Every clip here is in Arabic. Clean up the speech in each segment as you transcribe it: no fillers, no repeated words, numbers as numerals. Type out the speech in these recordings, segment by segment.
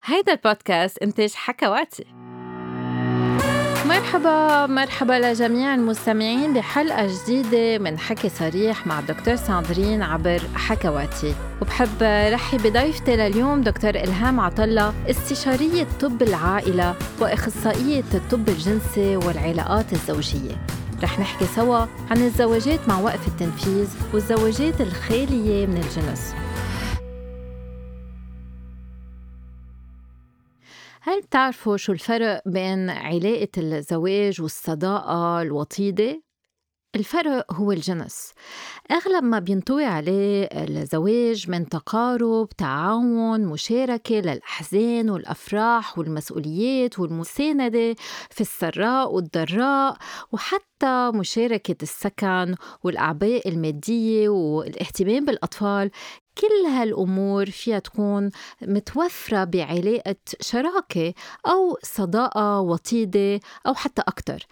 هيدا البودكاست إنتاج حكواتي. مرحبا لجميع المستمعين بحلقة جديدة من حكي صريح مع دكتور ساندرين عبر حكواتي. وبحب رحب بضيفتي لليوم دكتور إلهام عطلة، استشارية طب العائلة وإخصائية الطب الجنسي والعلاقات الزوجية. رح نحكي سوا عن الزواجات مع وقف التنفيذ والزواجات الخالية من الجنس. هل بتعرفوا شو الفرق بين علاقة الزواج والصداقة الوطيدة؟ الفرق هو الجنس. أغلب ما بينطوي عليه الزواج من تقارب، تعاون، مشاركة للأحزان والأفراح والمسؤوليات والمساندة في السراء والضراء، وحتى مشاركة السكن والأعباء المادية والاهتمام بالأطفال. كل هالأمور فيها تكون متوفرة بعلاقة شراكة أو صداقة وطيدة أو حتى أكتر.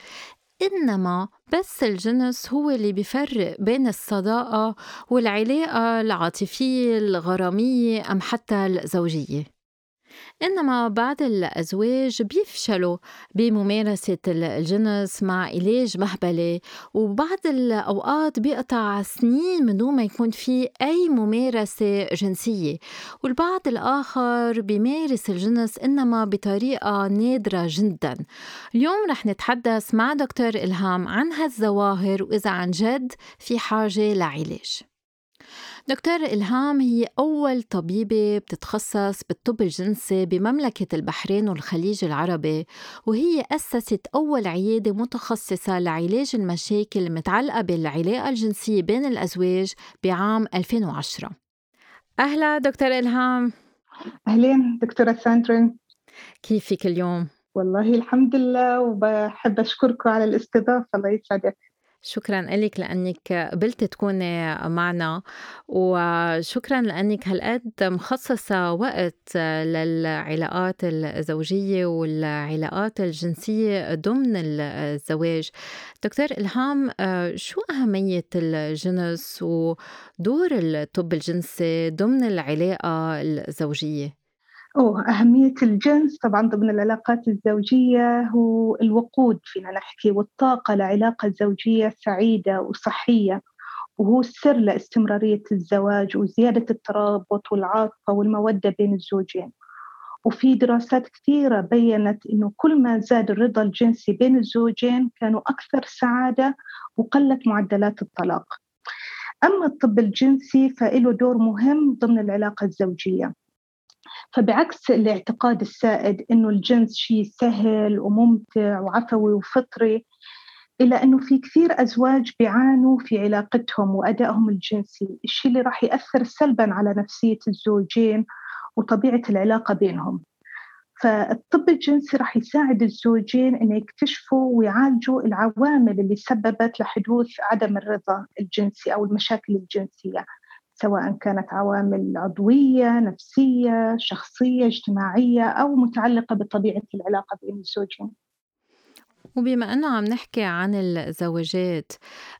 إنما بس الجنس هو اللي بيفرق بين الصداقة والعلاقة العاطفية الغرامية أم حتى الزوجية. إنما بعض الأزواج بيفشلوا بممارسة الجنس مع علاج مهبلي، وبعض الأوقات بيقطع سنين من دون ما يكون في أي ممارسة جنسية، والبعض الآخر بيمارس الجنس إنما بطريقة نادرة جدا. اليوم رح نتحدث مع دكتور إلهام عن هالظواهر وإذا عن جد في حاجة لعلاج. دكتور إلهام هي أول طبيبة بتتخصص بالطب الجنسي بمملكة البحرين والخليج العربي، وهي أسست أول عيادة متخصصة لعلاج المشاكل المتعلقة بالعلاقة الجنسية بين الأزواج بعام 2010. أهلا دكتور إلهام. أهلين دكتورة ساندرين، كيفك اليوم؟ والله الحمد لله، وبحب أشكركم على الاستضافة. الله يسعدك. شكراً لك لأنك قبلت تكوني معنا، وشكراً لأنك هالقد مخصصة وقت للعلاقات الزوجية والعلاقات الجنسية ضمن الزواج. دكتور إلهام، شو أهمية الجنس ودور الطب الجنسي ضمن العلاقة الزوجية؟ أهمية الجنس طبعاً ضمن العلاقات الزوجية هو الوقود، فينا نحكي، والطاقة لعلاقة زوجية سعيدة وصحية، وهو السر لاستمرارية الزواج وزيادة الترابط والعاطفة والمودة بين الزوجين. وفي دراسات كثيرة بيّنت إنه كل ما زاد الرضا الجنسي بين الزوجين كانوا أكثر سعادة وقلت معدلات الطلاق. أما الطب الجنسي فإله دور مهم ضمن العلاقة الزوجية، فبعكس الاعتقاد السائد إنه الجنس شيء سهل وممتع وعفوي وفطري، إلا إنه في كثير أزواج بيعانوا في علاقتهم وأدائهم الجنسي، الشيء اللي راح يأثر سلباً على نفسية الزوجين وطبيعة العلاقة بينهم. فالطب الجنسي راح يساعد الزوجين إن يكتشفوا ويعالجوا العوامل اللي سببت لحدوث عدم الرضا الجنسي أو المشاكل الجنسية، سواء كانت عوامل عضوية، نفسية، شخصية، اجتماعية، أو متعلقة بطبيعة العلاقة بين الزوجين. وبما أنه عم نحكي عن الزواجات،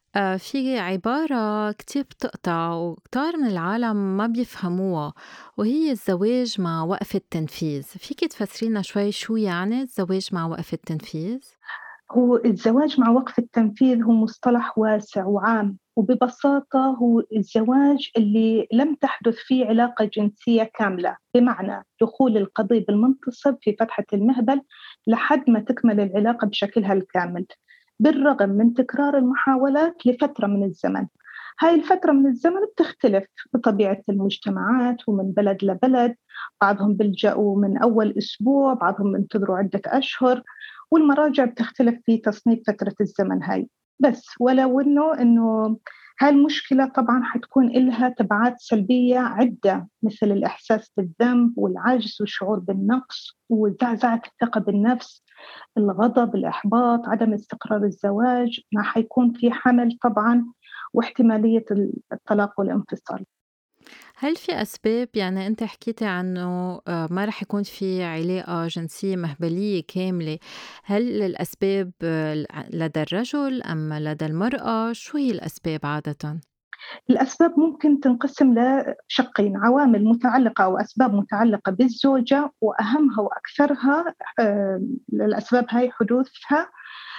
في عبارة كتير بتقطع وكتار من العالم ما بيفهموها، وهي الزواج مع وقف التنفيذ. فيك تفسرينا شوي شو يعني الزواج مع وقف التنفيذ؟ هو الزواج مع وقف التنفيذ هو مصطلح واسع وعام، وببساطة هو الزواج اللي لم تحدث فيه علاقة جنسية كاملة، بمعنى دخول القضيب المنتصب في فتحة المهبل لحد ما تكمل العلاقة بشكلها الكامل، بالرغم من تكرار المحاولات لفترة من الزمن. هاي الفترة من الزمن بتختلف بطبيعة المجتمعات ومن بلد لبلد، بعضهم بيلجأوا من أول أسبوع، بعضهم بينتظروا عدة أشهر، والمراجع بتختلف في تصنيف فترة الزمن هاي. بس ولو إنه هاي المشكلة طبعاً حتكون إلها تبعات سلبية عدة، مثل الإحساس بالذنب والعجز والشعور بالنقص وزعزعة الثقة بالنفس، الغضب، الإحباط، عدم استقرار الزواج، ما حيكون في حمل طبعاً، واحتمالية الطلاق والانفصال. هل في أسباب، يعني أنت حكيتي عنه ما رح يكون في علاقة جنسية مهبلية كاملة، هل الأسباب لدى الرجل أم لدى المرأة؟ شو هي الأسباب عادةً؟ الأسباب ممكن تنقسم لشقين، عوامل متعلقة أو أسباب متعلقة بالزوجة، وأهمها وأكثرها الأسباب هاي حدوثها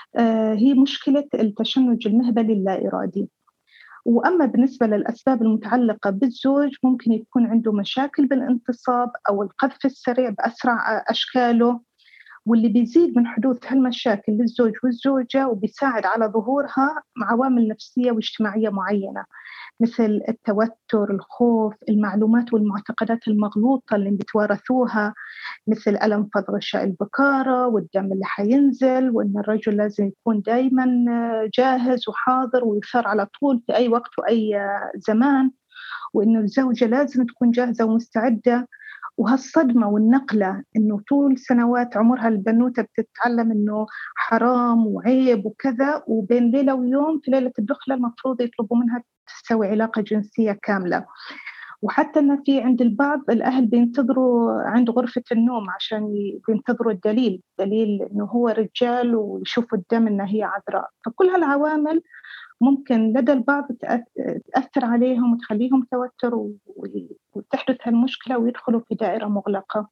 هي مشكلة التشنج المهبلي اللا إرادي. وأما بالنسبة للأسباب المتعلقة بالزوج ممكن يكون عنده مشاكل بالانتصاب أو القذف السريع بأسرع أشكاله، واللي بيزيد من حدوث هالمشاكل للزوج والزوجة وبيساعد على ظهورها عوامل نفسية واجتماعية معينة، مثل التوتر، الخوف، المعلومات والمعتقدات المغلوطة اللي بيتوارثوها، مثل ألم فض غشاء البكارة والدم اللي حينزل، وإن الرجل لازم يكون دايمًا جاهز وحاضر ويثار على طول في أي وقت وأي زمان، وإنه الزوجة لازم تكون جاهزة ومستعدة. وهالصدمة والنقلة إنه طول سنوات عمرها البنوتة بتتعلم إنه حرام وعيب وكذا، وبين ليلة ويوم في ليلة الدخلة المفروض يطلبوا منها تسوي علاقة جنسية كاملة. وحتى إن في عند البعض الأهل بينتظروا عند غرفة النوم عشان بينتظروا الدليل، دليل إنه هو رجال ويشوفوا الدم إنها هي عذراء. فكل هالعوامل ممكن لدى البعض تأثّر عليهم وتخلّيهم توتر وتحدث هالمشكلة ويدخلوا في دائرة مُغلقة.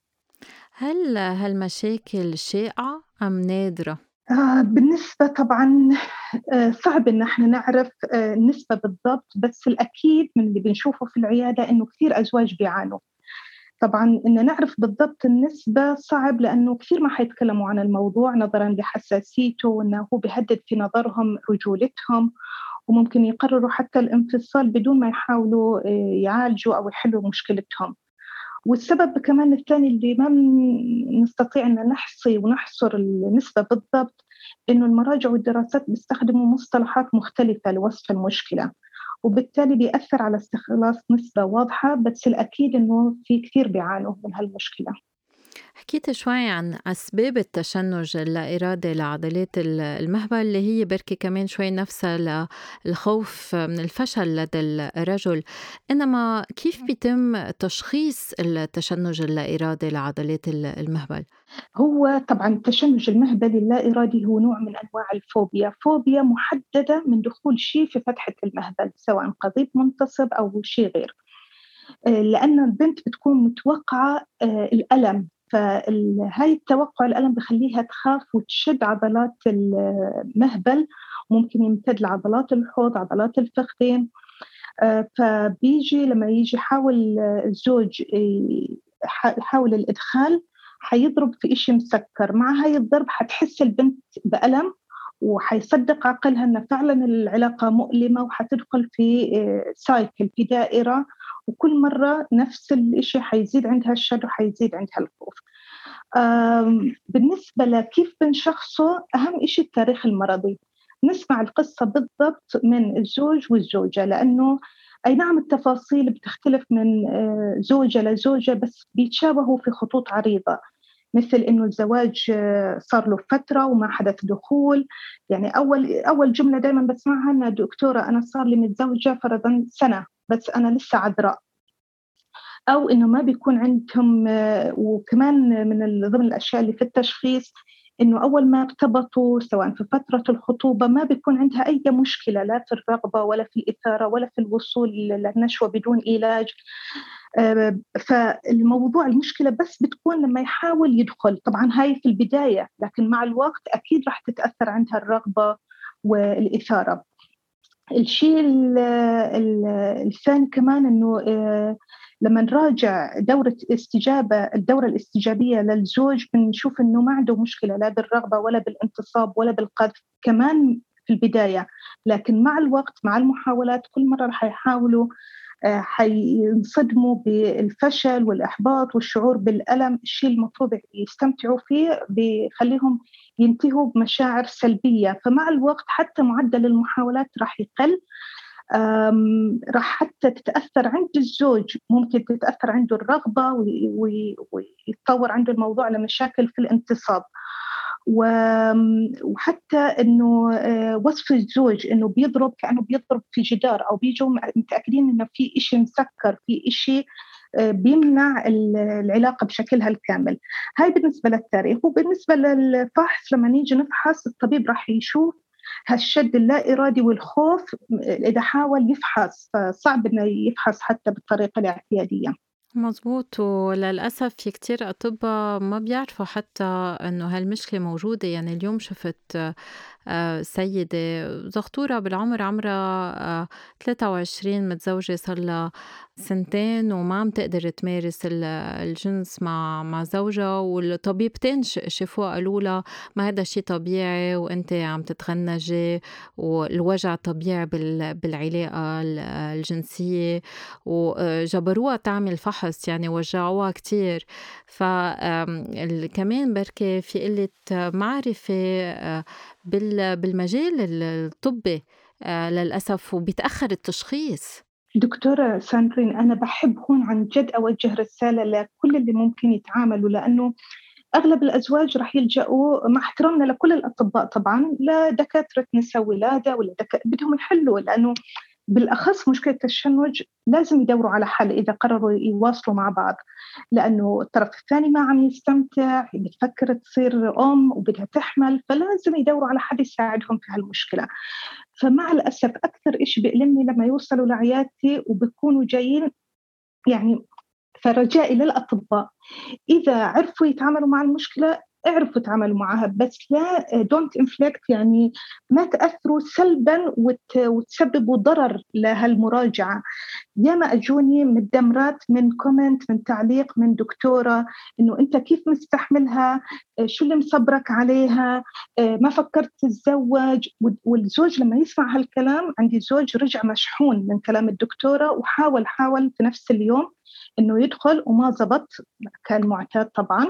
هل هالمشاكل شائعة أم نادرة؟ بالنسبة طبعًا صعب إن إحنا نعرف النسبة بالضبط، بس الأكيد من اللي بنشوفه في العيادة إنه كثير أزواج بيعانوا. طبعًا إن نعرف بالضبط النسبة صعب لإنه كثير ما حيتكلموا عن الموضوع نظرًا لحساسيته وإنه هو بيهدد في نظرهم رجولتهم، وممكن يقرروا حتى الانفصال بدون ما يحاولوا يعالجوا أو يحلوا مشكلتهم. والسبب كمان الثاني اللي ما نستطيع إن نحصي ونحصر النسبة بالضبط، إنه المراجع والدراسات بيستخدموا مصطلحات مختلفة لوصف المشكلة، وبالتالي بيأثّر على استخلاص نسبة واضحة، بس الأكيد إنه في كتير بيعانوا من هالمشكلة. حكيت شوي عن أسباب التشنج اللا إرادي لعضلات المهبل اللي هي بركي كمان شوي نفسها للخوف من الفشل لدى الرجل، إنما كيف بيتم تشخيص التشنج اللا إرادي لعضلات المهبل؟ هو طبعًا التشنج المهبلي اللا إرادي هو نوع من أنواع الفوبيا، فوبيا محددة من دخول شي في فتحة المهبل، سواء قضيب منتصب أو شي غير. لأن البنت بتكون متوقعة الألم، هاي التوقُّع الألم بيخلّيها تخاف وتشد عضلات المهبل، وممكن يمتد لعضلات الحوض، عضلات الفخذين. فبييجي لمّا ييجي يحاول الزوج يحاول الإدخال، حيضرب في إشي مسكّر، مع هاي الضرب حتحس البنت بألم، وحيصدّق عقلها إن فعلًا العلاقة مؤلمة، وحتدخل في cycle في دائرة، وكل مرّة نفس الإشي حيزيد عندها الشد وحيزيد عندها الخوف. بالنسبة لكيف بنشخصه، أهم إشي التاريخ المرضي، نسمع القصة بالضبط من الزوج والزوجة، لأنه أي نعم التفاصيل بتختلف من زوجة لزوجة، بس بيتشابهوا في خطوط عريضة، مثل إنه الزواج صار له فترة وما حدث دخول. يعني أول جملة دايمًا باسمعها إن دكتورة أنا صار لي متزوجة فرضًا سنة، بس أنا لسه عذراء. أو إنه ما بيكون عندهم وكمان من ضمن الأشياء اللي في التشخيص إنه أول ما ارتبطوا سواء في فترة الخطوبة ما بيكون عندها أي مشكلة لا في الرغبة ولا في الإثارة ولا في الوصول للنشوة بدون علاج. فالموضوع المشكلة بس بتكون لمّا يحاول يدخل، طبعًا هاي في البداية، لكن مع الوقت أكيد راح تتأثّر عندها الرغبة والإثارة. الشيء الثاني كمان إنه لمّا نراجع الدورة الاستجابية للزوج بنشوف إنه ما عنده مشكلة لا بالرغبة ولا بالانتصاب ولا بالقذف، كمان في البداية، لكن مع الوقت مع المحاولات كل مرّة راح يحاولوا حينصدموا بالفشل والإحباط والشعور بالألم، الشيء المفروض يستمتعوا فيه بيخلّيهم ينتهوا بمشاعر سلبية، فمع الوقت حتى معدل المحاولات راح يقل. راح حتى تتأثّر عند الزوج، ممكن تتأثّر عنده الرغبة ويتطوّر عنده الموضوع لمشاكل في الانتصاب. وحتى إنه وصف الزوج إنه بيضرب كأنه بيضرب في جدار أو بييجوا متأكدين إنه في إشي مسكّر، في إشي بيمنع العلاقة بشكلها الكامل. هاي بالنسبة للتاريخ، وبالنسبة للفحص لمّا نيجي نفحص الطبيب راح يشوف هالشد اللا إرادي والخوف إذا حاول يفحص، فصعب إنه يفحص حتى بالطريقة الاعتيادية. مضبوط، وللأسف في كتير أطباء ما بيعرفوا حتى إنه هالمشكلة موجودة. يعني اليوم شُفت سيدة دكتورة بالعمر، عمرها 23، متزوجة صار سنتين وما عم تقدر تمارس الجنس مع زوجها، والطبيبتين شافوها قالوا لها ما هيدا شي طبيعي وأنتِ عم تتغنّجي والوجع طبيعي بالعلاقة الجنسية، وجبروها تعمل فحص، يعني وجعوها كتير. ف كمان بركي في قلة معرفة بالمجال الطبّي للأسف، وبيتأخّر التشخيص. دكتورة ساندرين، أنا باحب هون عن جد أوجه رسالة لكل اللي ممكن يتعاملوا، لأنه أغلب الأزواج راح يلجأوا مع احترامنا لكل الأطباء طبعًا لدكاترة نسا ولادة ولا بدهم يحلوا، لأنه بالأخص مشكلة التشنُّج لازم يدوّروا على حل إذا قرروا يواصلوا مع بعض، لأنه الطرف الثاني ما عم يستمتع، هي بتفكّر تصير أم وبدها تحمل، فلازم يدوّروا على حد يساعدهم في هالمشكلة. فمع الأسف أكثر إشي بيألمني لمّا يوصلوا لعيادتي وبيكونوا جايين، يعني فرجائي للأطباء إذا عرفوا يتعاملوا مع المشكلة اعرفوا تعاملوا معها، بس لا don't inflict، يعني ما تأثروا سلبًا وتسببوا ضرر لهالمراجعة. ياما أجوني متدمرات من comment، من تعليق من دكتورة إنه أنت كيف مستحملها، شو اللي مصبرك عليها، ما فكرت تتزوج. والزوج لما يسمع هالكلام، عندي زوج رجع مشحون من كلام الدكتورة حاول في نفس اليوم إنه يدخل وما زبط، كان معتاد طبعًا،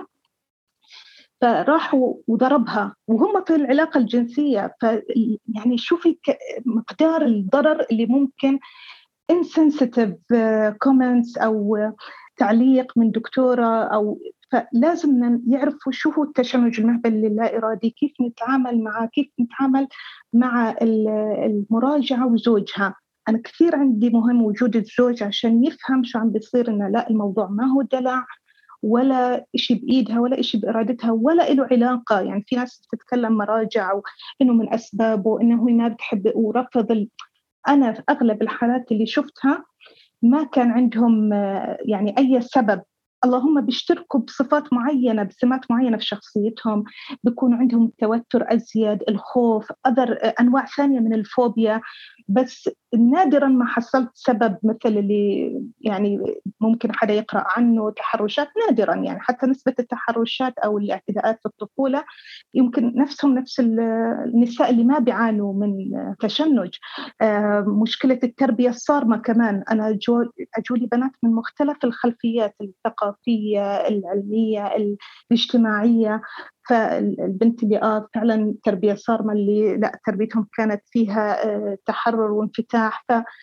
فراح وضربها وهم في العلاقة الجنسية. يعني شوفي مقدار الضرر اللي ممكن insensitive comments أو تعليق من دكتورة أو فلازم يعرفوا شو هو التشنج المهبل اللا إرادي، كيف نتعامل معه، كيف نتعامل مع المراجعة وزوجها. أنا كثير عندي مهم وجود الزوج عشان يفهم شو عم بيصير، إنه لا، الموضوع ما هو دلع ولا إشي بإيدها ولا إشي بإرادتها ولا إله علاقة. يعني في ناس بتتكلم مراجع وإنه من أسبابه وإنه هي ما بتحب ورفض أنا في أغلب الحالات اللي شُفتها ما كان عندهم يعني أي سبب، اللهم بيشتركوا بصفات معيّنة، بسمات معيّنة في شخصيتهم، بيكون عندهم التوتر أزيد، الخوف، أنواع ثانية من الفوبيا، بس نادرًا ما حصلت سبب مثل اللي يعني ممكن حدا يقرأ عنه تحرُّشات، نادرًا يعني حتى نسبة التحرُّشات أو الاعتداءات في الطفولة يمكن نفسهم نفس النساء اللي ما بيعانوا من تشنُّج. مشكلة التربية الصارمة كمان، أنا أجوا لي بنات من مختلف الخلفيات الثقافية، العلمية، الاجتماعية، فالبنت اللي فعلًا تربية صارمة اللي لأ تربيتهم كانت فيها تحرُّر وانفتاح،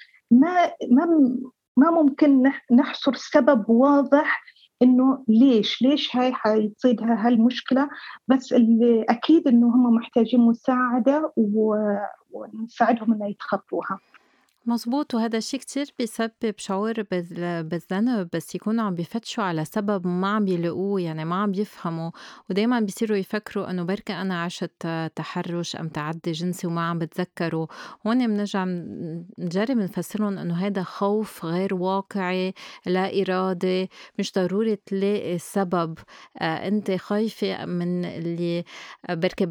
ما ما ممكن نحصر سبب واضح إنه ليش هاي حتصيدها هالمشكلة، بس اللي أكيد إنه هم محتاجين مساعدة ونساعدهم إنه يتخطوها. مظبوط، وهذا الشيء كتير بيسبب شعور بالذنب بس يكونوا عم بيفتشوا على سبب ما عم بيلاقوه، يعني ما عم بيفهموا، ودايما بيصيروا يفكروا انه بركة انا عشت تحرش ام تعدي جنسي وما عم بتذكروا. هون بنرجع نجرب نفسرهم انه هذا خوف غير واقعي لا ارادي، مش ضروري تلاقي سبب. انت خايفة من اللي بركة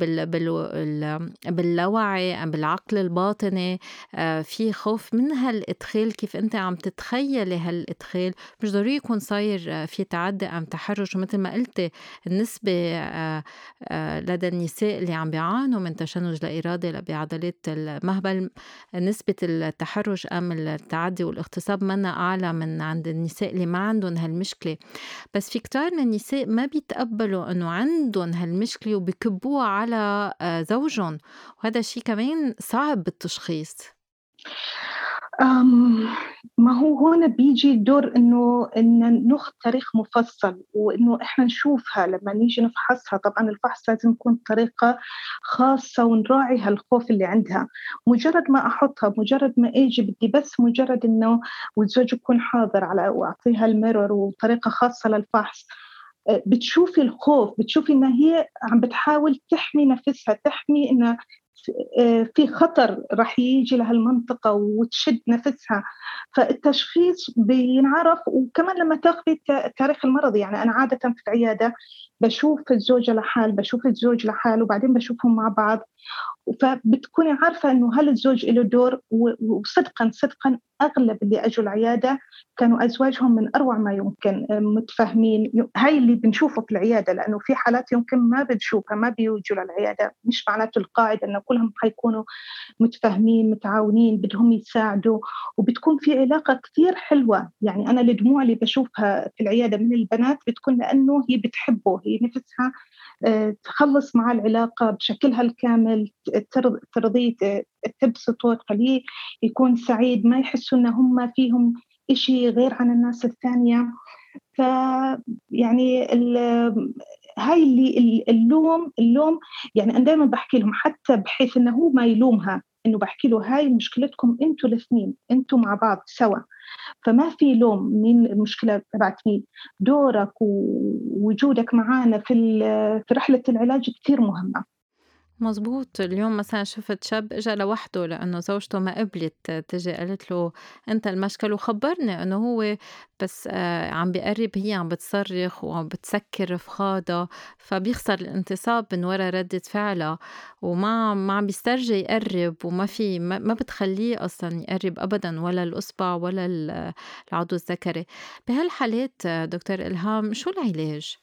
باللاوعي ام بالعقل الباطني. في خوف من هالإدخال، كيف أنتِ عم تتخيّلي هالإدخال، مش ضروري يكون صاير في تعدّي أم تحرُّش. ومتل ما قلتِ النسبة لدى النساء اللي عم بيعانوا من تشنُّج لا إرادي بعضلات المهبل، نسبة التحرُّش أم التعدّي والاغتصاب منّا أعلى من عند النساء اللي ما عندن هالمشكلة. بس في كتار من النساء ما بيتقبّلوا إنه عندن هالمشكلة وبيكبّوها على زوجٌ، وهذا الشي كمان صعب بالتشخيص. آمم، ما هو هون بييجي دور إن نُخ تاريخ مفصّل، وإنه إحنا نشوفها لمّا نيجي نفحصها. طبعًا الفحص لازم يكون بطريقة خاصة ونراعي هالخوف اللي عندها. مجرّد ما أحُطها، مجرّد ما آجي بدي بس مجرّد إنه والزوج يكون حاضر على وأعطيها الmirror وطريقة خاصة للفحص، بتشوفي الخوف، بتشوفي إن هي عم بتحاول تحمي نَفْسها، تحمي إنها في خطر راح ييجي لهالمنطقة وتشد نفسها، فالتشخيص بينعرف. وكمان لمّا تاخدي تاريخ المرض، يعني أنا عادةً في العيادة باشوف الزوجة لحال، باشوف الزوج لحال، وبعدين باشوفهم مع بعض. فبتكوني عارفة إنه هل الزوج له دور. وصدقًا، صدقًا أغلب اللي أجوا العيادة كانوا أزواجهم من أروع ما يمكن، متفاهمين. هاي اللي بنشوفه في العيادة، لإنه في حالات يمكن ما بنشوفها، ما بييجوا للعيادة، مش معناته القاعدة إنه كلهم حيكونوا متفاهمين، متعاونين، بدهم يساعدوا. وبتكون في علاقة كتير حلوة. يعني أنا الدموع اللي باشوفها في العيادة من البنات بتكون لإنه هي بتحبه، هي نِفْسها تخلّص معاه العلاقة بشكلها الكامل، ترضيه، تبسطه، تخلّيه يكون سعيد، ما يحسّوا إن هم فيهم إشي غير عن الناس الثانية. ف يعني هاي اللي اللوم. يعني أنا دايمًا باحكي لهم حتى بحيث إنه هو ما يلومها، إنه باحكي له هاي مشكلتكم أنتم الاتنين، أنتم مع بعض سوا. فما في لوم، مين المشكلة تبعة مين. دورك ووجودك معانا في رحلة العلاج كتير مهمة. مضبوط. اليوم مثلًا شُفت شاب إجا لوحده لإنه زوجته ما قبلت تيجي قالت له أنت المشكل، وخبّرني إنه هو بس عم بيقرّب، هي عم بتصرّخ وعم بتسكّر رفخاضها، فبيخسر الانتصاب من ورا ردة فعلها، ما عم بيسترجي يقرّب، وما في ما بتخلّيه أصلًا يقرّب أبدًا، ولا الإصبع ولا العضو الذكري. بهالحالات دكتور إلهام شو العلاج؟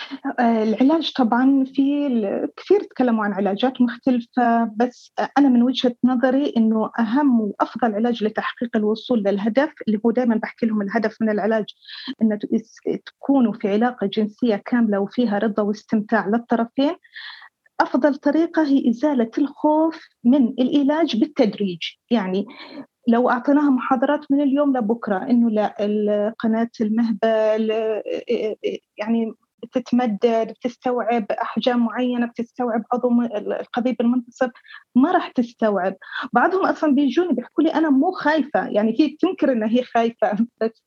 العلاج طبعًا في كثير تكلّموا عن علاجات مختلفة، بس أنا من وجهة نظري إنه أهم وأفضل علاج لتحقيق الوصول للهدف، اللي هو دايمًا باحكي لهم الهدف من العلاج إنه تكونوا في علاقة جنسية كاملة وفيها رضا واستمتاع للطرفين. أفضل طريقة هي إزالة الخوف من العلاج بالتدريج. يعني لو أعطيناها محاضرات من اليوم لبكرة إنه لأ، قناة المهبل يعني بتتمدد، بتستوعب أحجام معيّنة، بتستوعب عضو القضيب المنتصف، ما راح تستوعب. بعضهم أصلًا بيجوني بيحكوا لي أنا مو خايفة، يعني هي بتنكر إن هي خايفة بس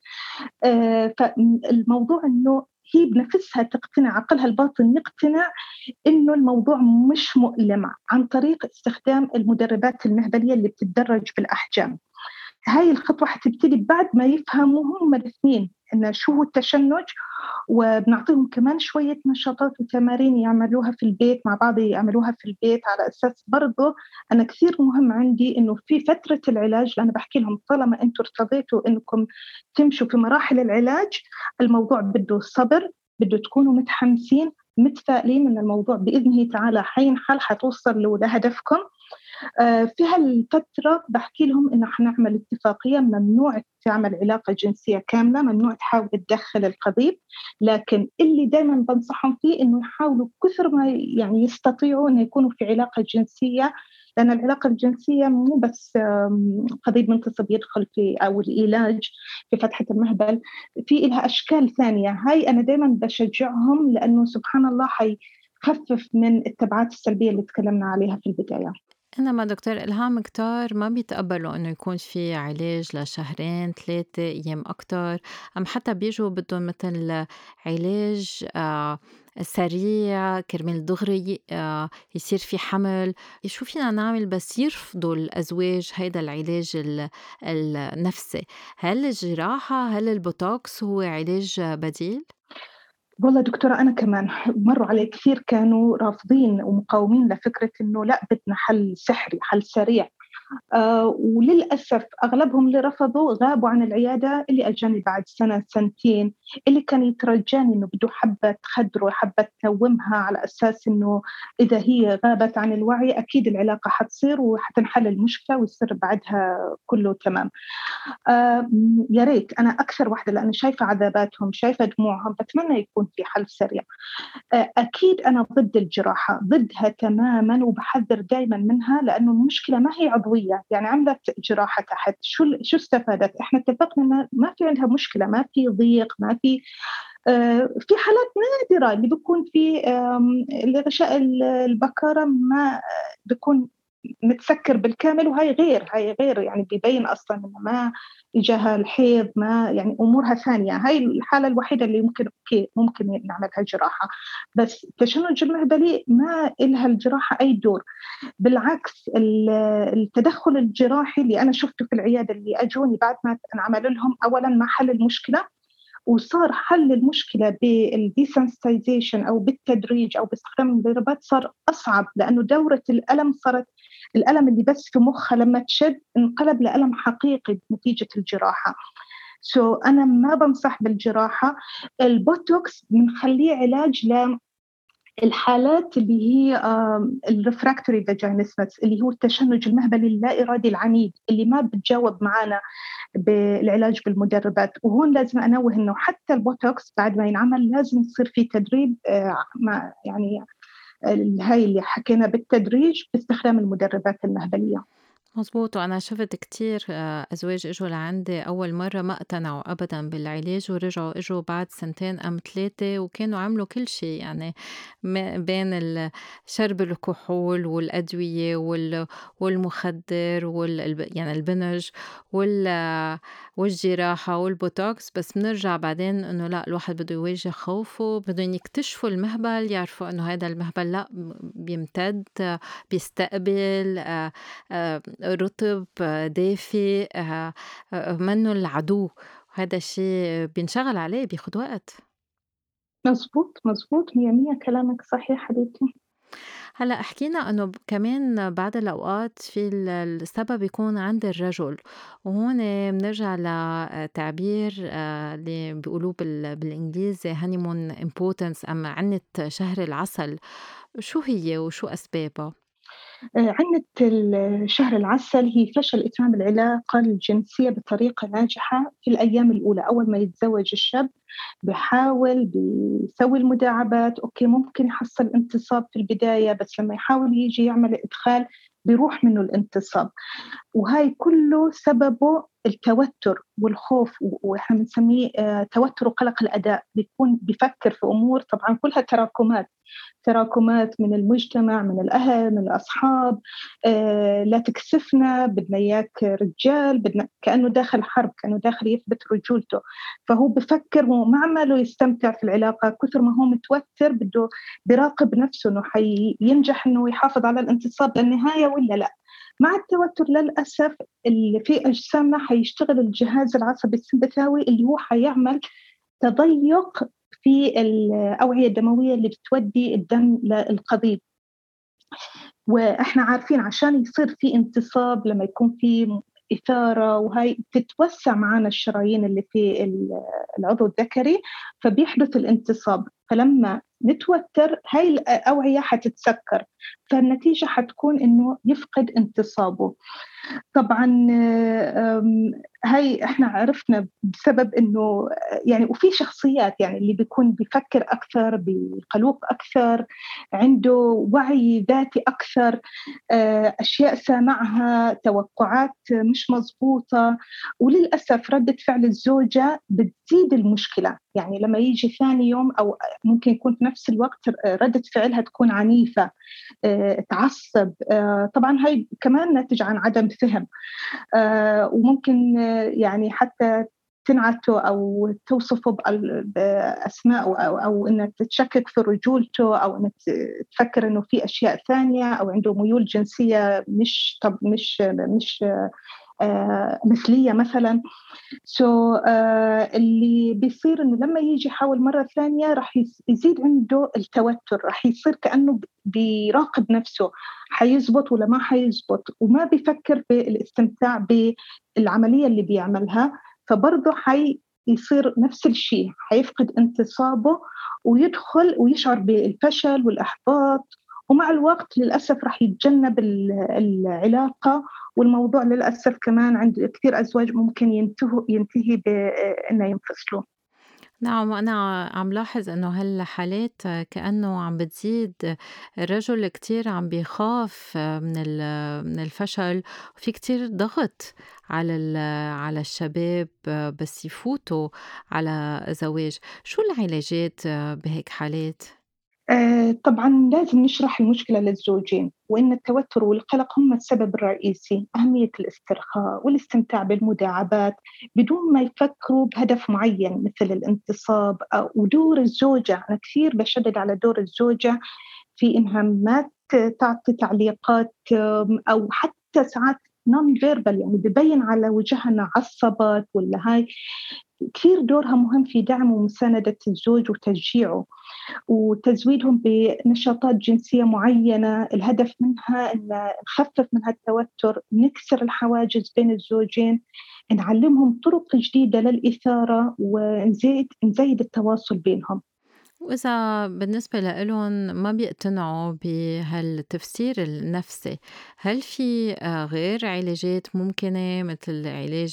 الموضوع إنه هي بنفسها تقتنع، عقلها الباطن يقتنع إنه الموضوع مش مؤلم عن طريق استخدام المدربات المهبلية اللي بتتدرج بالأحجام. هاي الخطوة حتبتدي بعد ما يفهموا هم الاثنين إن شو هو التشنج. وبنعطيهم كمان شوية نشاطات وتمارين يعملوها في البيت مع بعض، يعملوها في البيت على أساس برضه. أنا كثير مهم عندي إنه في فترة العلاج، لأن باحكي لهم طالما أنتم ارتضيتوا إنكم تمشوا في مراحل العلاج، الموضوع بده صبر، بده تكونوا متحمسين، متفائلين إن الموضوع بإذنه تعالى حينحل، حتوصلوا لهدفكم. في هالفترة باحكي لهم إنه حنعمل اتفاقية ممنوع تعمل علاقة جنسية كاملة، ممنوع تحاول تدخّل القضيب. لكن اللي دايمًا بانصحهم فيه إنه يحاولوا كثر ما يعني يستطيعوا إنه يكونوا في علاقة جنسية. لأن العلاقة الجنسية مو بس قضيب منتصف يدخل في أو العلاج في فتحة المهبل، في إلها أشكال ثانية. هاي أنا دايمًا باشجعهم لأنه سبحان الله حيخفف من التبعات السلبية اللي تكلمنا عليها في البداية. إنما دكتور إلهام كتار ما بيتقبلوا إنه يكون في علاج لشهرين 3 أيام أكتر، أم حتى بيجوا بدهم مثل علاج سريع كرمال دغري يصير في حمل. شو فينا نعمل بس يرفضوا الأزواج هيدا العلاج النفسي؟ هل الجراحة، هل البوتوكس هو علاج بديل؟ والله دكتورة أنا كمان مرّوا علي كثير كانوا رافضين ومقاومين لفكرة إنه لأ بدنا حل سحري، حل سريع. وللأسف أغلبهم اللي رفضوا غابوا عن العيادة، اللي أجاني بعد سنة، سنتين، اللي كان يترجاني إنه بده حبّة تخدره، حبّة تنوّمها على أساس إنه إذا هي غابت عن الوعي أكيد العلاقة حتصير وحتنحل المشكلة ويصير بعدها كُلّه تمام. يا ريت أنا أكثر واحدة لأني شايفة عذاباتهم، شايفة دموعهم، باتمنى يكون في حل سريع. أكيد أنا ضد الجراحة، ضدها تمامًا وباحذّر دايمًا منها، لأنه المشكلة ما هي عضوية. يعني عملت جراحة تحت شو استفادت؟ إحنا اتفقنا ما في عندها مشكلة، ما في ضيق، ما في في حالات نادرة اللي بيكون في الغشاء البكارة ما بيكون متسكر بالكامل، هاي غير يعني بيبين أصلًا إنه ما إجاها الحيض، ما يعني أمورها ثانية. هاي الحالة الوحيدة اللي ممكن أوكي، ممكن نعملها جراحة. بس التشنج المهبلي ما إلها الجراحة أي دور. بالعكس التدخُّل الجراحي اللي أنا شُفته في العيادة اللي أجوني بعد ما انعمل لهم، أولًا ما حل المشكلة، وصار حل المشكلة بالdesensitization أو بالتدريج أو باستخدام المدربات صار أصعب، لأنه دورة الألم صارت، الألم اللي بس في مُخها لمّا تشد انقلب لألم حقيقي نتيجة الجراحة. أنا ما بانصح بالجراحة. البوتوكس بنخلّيه علاج الحالات اللي هي الrefractory vaginismus اللي هو التشنج المهبلي اللا إرادي العنيد، اللي ما بتجاوب معانا بالعلاج بالمدربات. وهون لازم أنوه إنه حتى البوتوكس بعد ما ينعمل لازم يصير في تدريب مع يعني هاي اللي حكينا بالتدريج باستخدام المدربات المهبلية. مضبوط، وأنا شُفت كتير أزواج إجوا لعندي أول مرّة ما اقتنعوا أبدًا بالعلاج، ورجعوا إجوا بعد سنتين أم 3 وكانوا عملوا كل شي يعني بين شرب الكحول والأدوية والمخدر يعني البنج وال والجراحة والبوتوكس، بس بنرجع بعدين إنه لأ الواحد بده يواجه خوفه، بدّن يكتشفوا المهبل، يعرفوا إنه هيدا المهبل لأ بيمتد، بيستقبل رطب، دافي، منّه العدو، وهيدا الشي بينشغل عليه بياخد وقت. مضبوط، مضبوط، 100% كلامك صحيح حبيبتي. هلأ حكينا إنه كمان بعض الأوقات في السبب يكون عند الرجل، وهون بنرجع لتعبير اللي بيقولوه بالإنجليزي honeymoon impotence أم عنة شهر العسل، شو هي وشو أسبابها؟ عنة شهر العسل هي فشل إتمام العلاقة الجنسية بطريقة ناجحة في الأيام الأولى. أول ما يتزوج الشاب بيسوي المداعبات، أوكي ممكن يحصل انتصاب في البداية، بس لمّا يحاول ييجي يعمل إدخال بيروح منه الانتصاب. وهاي كله سببه التوتر والخوف، وإحنا بنسميه توتر وقلق الأداء. بيفكر في أمور طبعًا كلها تراكمات من المجتمع، من الأهل، من الأصحاب. لا تكسفنا، بدنا إياك رجال، كأنه داخل حرب، كأنه داخل يثبت رجولته. فهو بفكر وما عماله يستمتع في العلاقة، كثر ما هو متوتر بده بيراقب نفسه إنه ينجح إنه يحافظ على الانتصاب للنهاية والّا لأ. مع التوتر للأسف اللي في أجسامنا حيشتغل الجهاز العصبي السمبثاوي اللي هو حيعمل تضيق في الأوعية الدموية اللي بتودي الدم للقضيب. وإحنا عارفين عشان يصير في انتصاب لمّا يكون في إثارة وهاي بتتوسّع معانا الشرايين اللي في العضو الذكري، فبيحدث الانتصاب. فلمّا نتوتر هاي الأوعية حتتسكر، فالنتيجة حتكون إنه يفقد انتصابه. طبعًا هاي إحنا عرفنا بسبب إنه يعني وفي شخصيات يعني اللي بيكون بيفكّر أكثر، بقلوق أكثر، عنده وعي ذاتي أكثر، أشياء سامعها، توقعات مش مضبوطة، وللأسف ردة فعل الزوجة بتزيد المشكلة. يعني لمّا ييجي ثاني يوم أو ممكن يكون في نفس الوقت ردة فعلها تكون عنيفة، تعصّب. طبعًا هاي كمان ناتج عن عدم فهم. وممكن يعني حتى تنعته أو توصفه بأسماء أو إنها تشكِّك في رجولته أو إنها تفكّر إنه في أشياء ثانية أو عنده ميول جنسية مش مثلية مثلًا. اللي بيصير إنه لمّا ييجي يحاول مرّة ثانية راح يزيد عنده التوتر، راح يصير كأنه بيراقب نَفْسه، حيزبط والّا ما حيزبط، وما بيفكّر بالاستمتاع بالعملية اللي بيعملها. فبرضه يصير نَفْس الشي، حيفقد انتصابه ويدخل ويشعر بالفشل والإحباط، ومع الوقت للأسف راح يتجنب العلاقة. والموضوع للأسف كمان عند كتير أزواج ممكن ينتهي بإنه ينفصلوا. نعم، وأنا عم لاحظ إنه هالحالات كأنه عم بتزيد، الرجل كتير عم بيخاف من الفشل، وفي كتير ضغط على الشباب بس يفوتوا على زواج. شو العلاجات بهيك حالات؟ طبعًا لازم نشرح المشكلة للزوجين، وإن التوتر والقلق هم السبب الرئيسي، أهمية الاسترخاء والاستمتاع بالمداعبات بدون ما يفكروا بهدف معين مثل الانتصاب ودور الزوجة، أنا كثير باشدد على دور الزوجة في إنها ما تعطي تعليقات أو حتى ساعات non verbal يعني بيبين على وجهها إنها عصبت والّا هاي، كثير دورها مهم في دعم ومساندة الزوج وتشجيعه. وتزويدهم بنشاطات جنسية معينة الهدف منها إن نخفف من هالتوتر، نكسر الحواجز بين الزوجين، نعلمهم طرق جديدة للإثارة نزيد التواصل بينهم. وإذا بالنسبة لإلهم ما بيقتنعوا بهالتفسير النفسي، هل في غير علاجات ممكنة مثل العلاج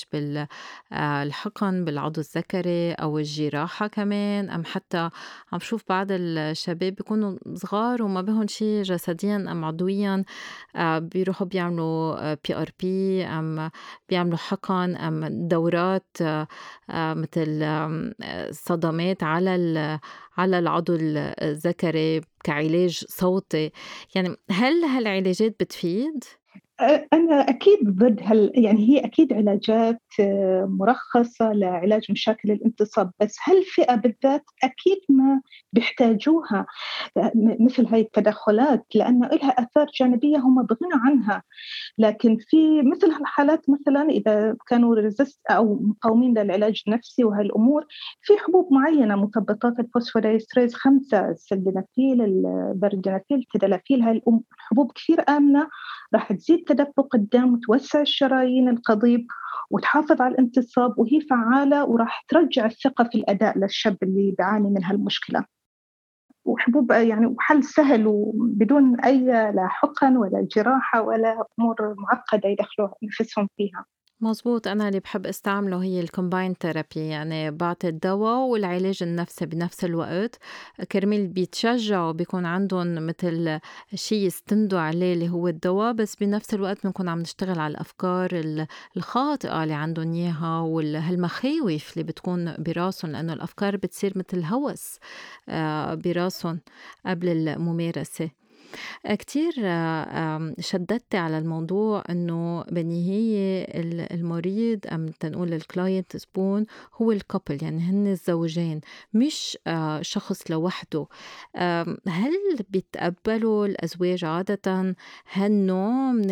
الحقن بالعضو الذكري أو الجراحة كمان؟ أم حتى عم شوف بعض الشباب بيكونوا صغار وما بيهن شي جسديًا أم عضويًا، بيروحوا بيعملوا PRP أم بيعملوا حقن أم دورات مثل صدمات على العضو الذكري كعلاج صوتي، يعني هل هالعلاجات بتفيد؟ أنا أكيد ضد يعني هي أكيد علاجات مرخصة لعلاج مشاكل الانتصاب، بس هالفئة بالذات أكيد ما بيحتاجوها مثل هاي التدخلات، لأنه إلها آثار جانبية هم بغنى عنها. لكن في مثل هالحالات مثلًا إذا كانوا أو مقاومين للعلاج النفسي وهالأمور، في حبوب معيّنة مثبطات الفوسفودايستريز 5 السلدنافيل، البردنافيل، التدلافيل، هاي حبوب كثير آمنة راح تزيد تدفق الدم وتوسّع الشرايين القضيب وتحافظ على الانتصاب وهي فعّالة وراح ترجّع الثقة في الأداء للشاب اللي بيعاني من هالمشكلة. وحبوب يعني وحل سهل وبدون أي لا حُقَن ولا جراحة ولا أمور معقّدة يدخلوا نفسهم فيها. مظبوط، أنا اللي بحب استعمله هي الcombined therapy، يعني بعطي الدوا والعلاج النفسي بنفس الوقت، كرمال بيتشجعوا بيكون عندهم مثل شي يستندوا عليه اللي هو الدوا، بس بنفس الوقت بنكون عم نشتغل على الأفكار الخاطئة اللي عندهم إياها هالمخاوف اللي بتكون براسهم، لأنه الأفكار بتصير مثل هوس براسهم قبل الممارسة. كتير شدّدتِ على الموضوع إنه بالنهاية المريض أم تنقول الclient زبون هو الcouple، يعني هن الزوجين مش شخص لوحده. هل بيتقبّلوا الأزواج عادةً هالنوع من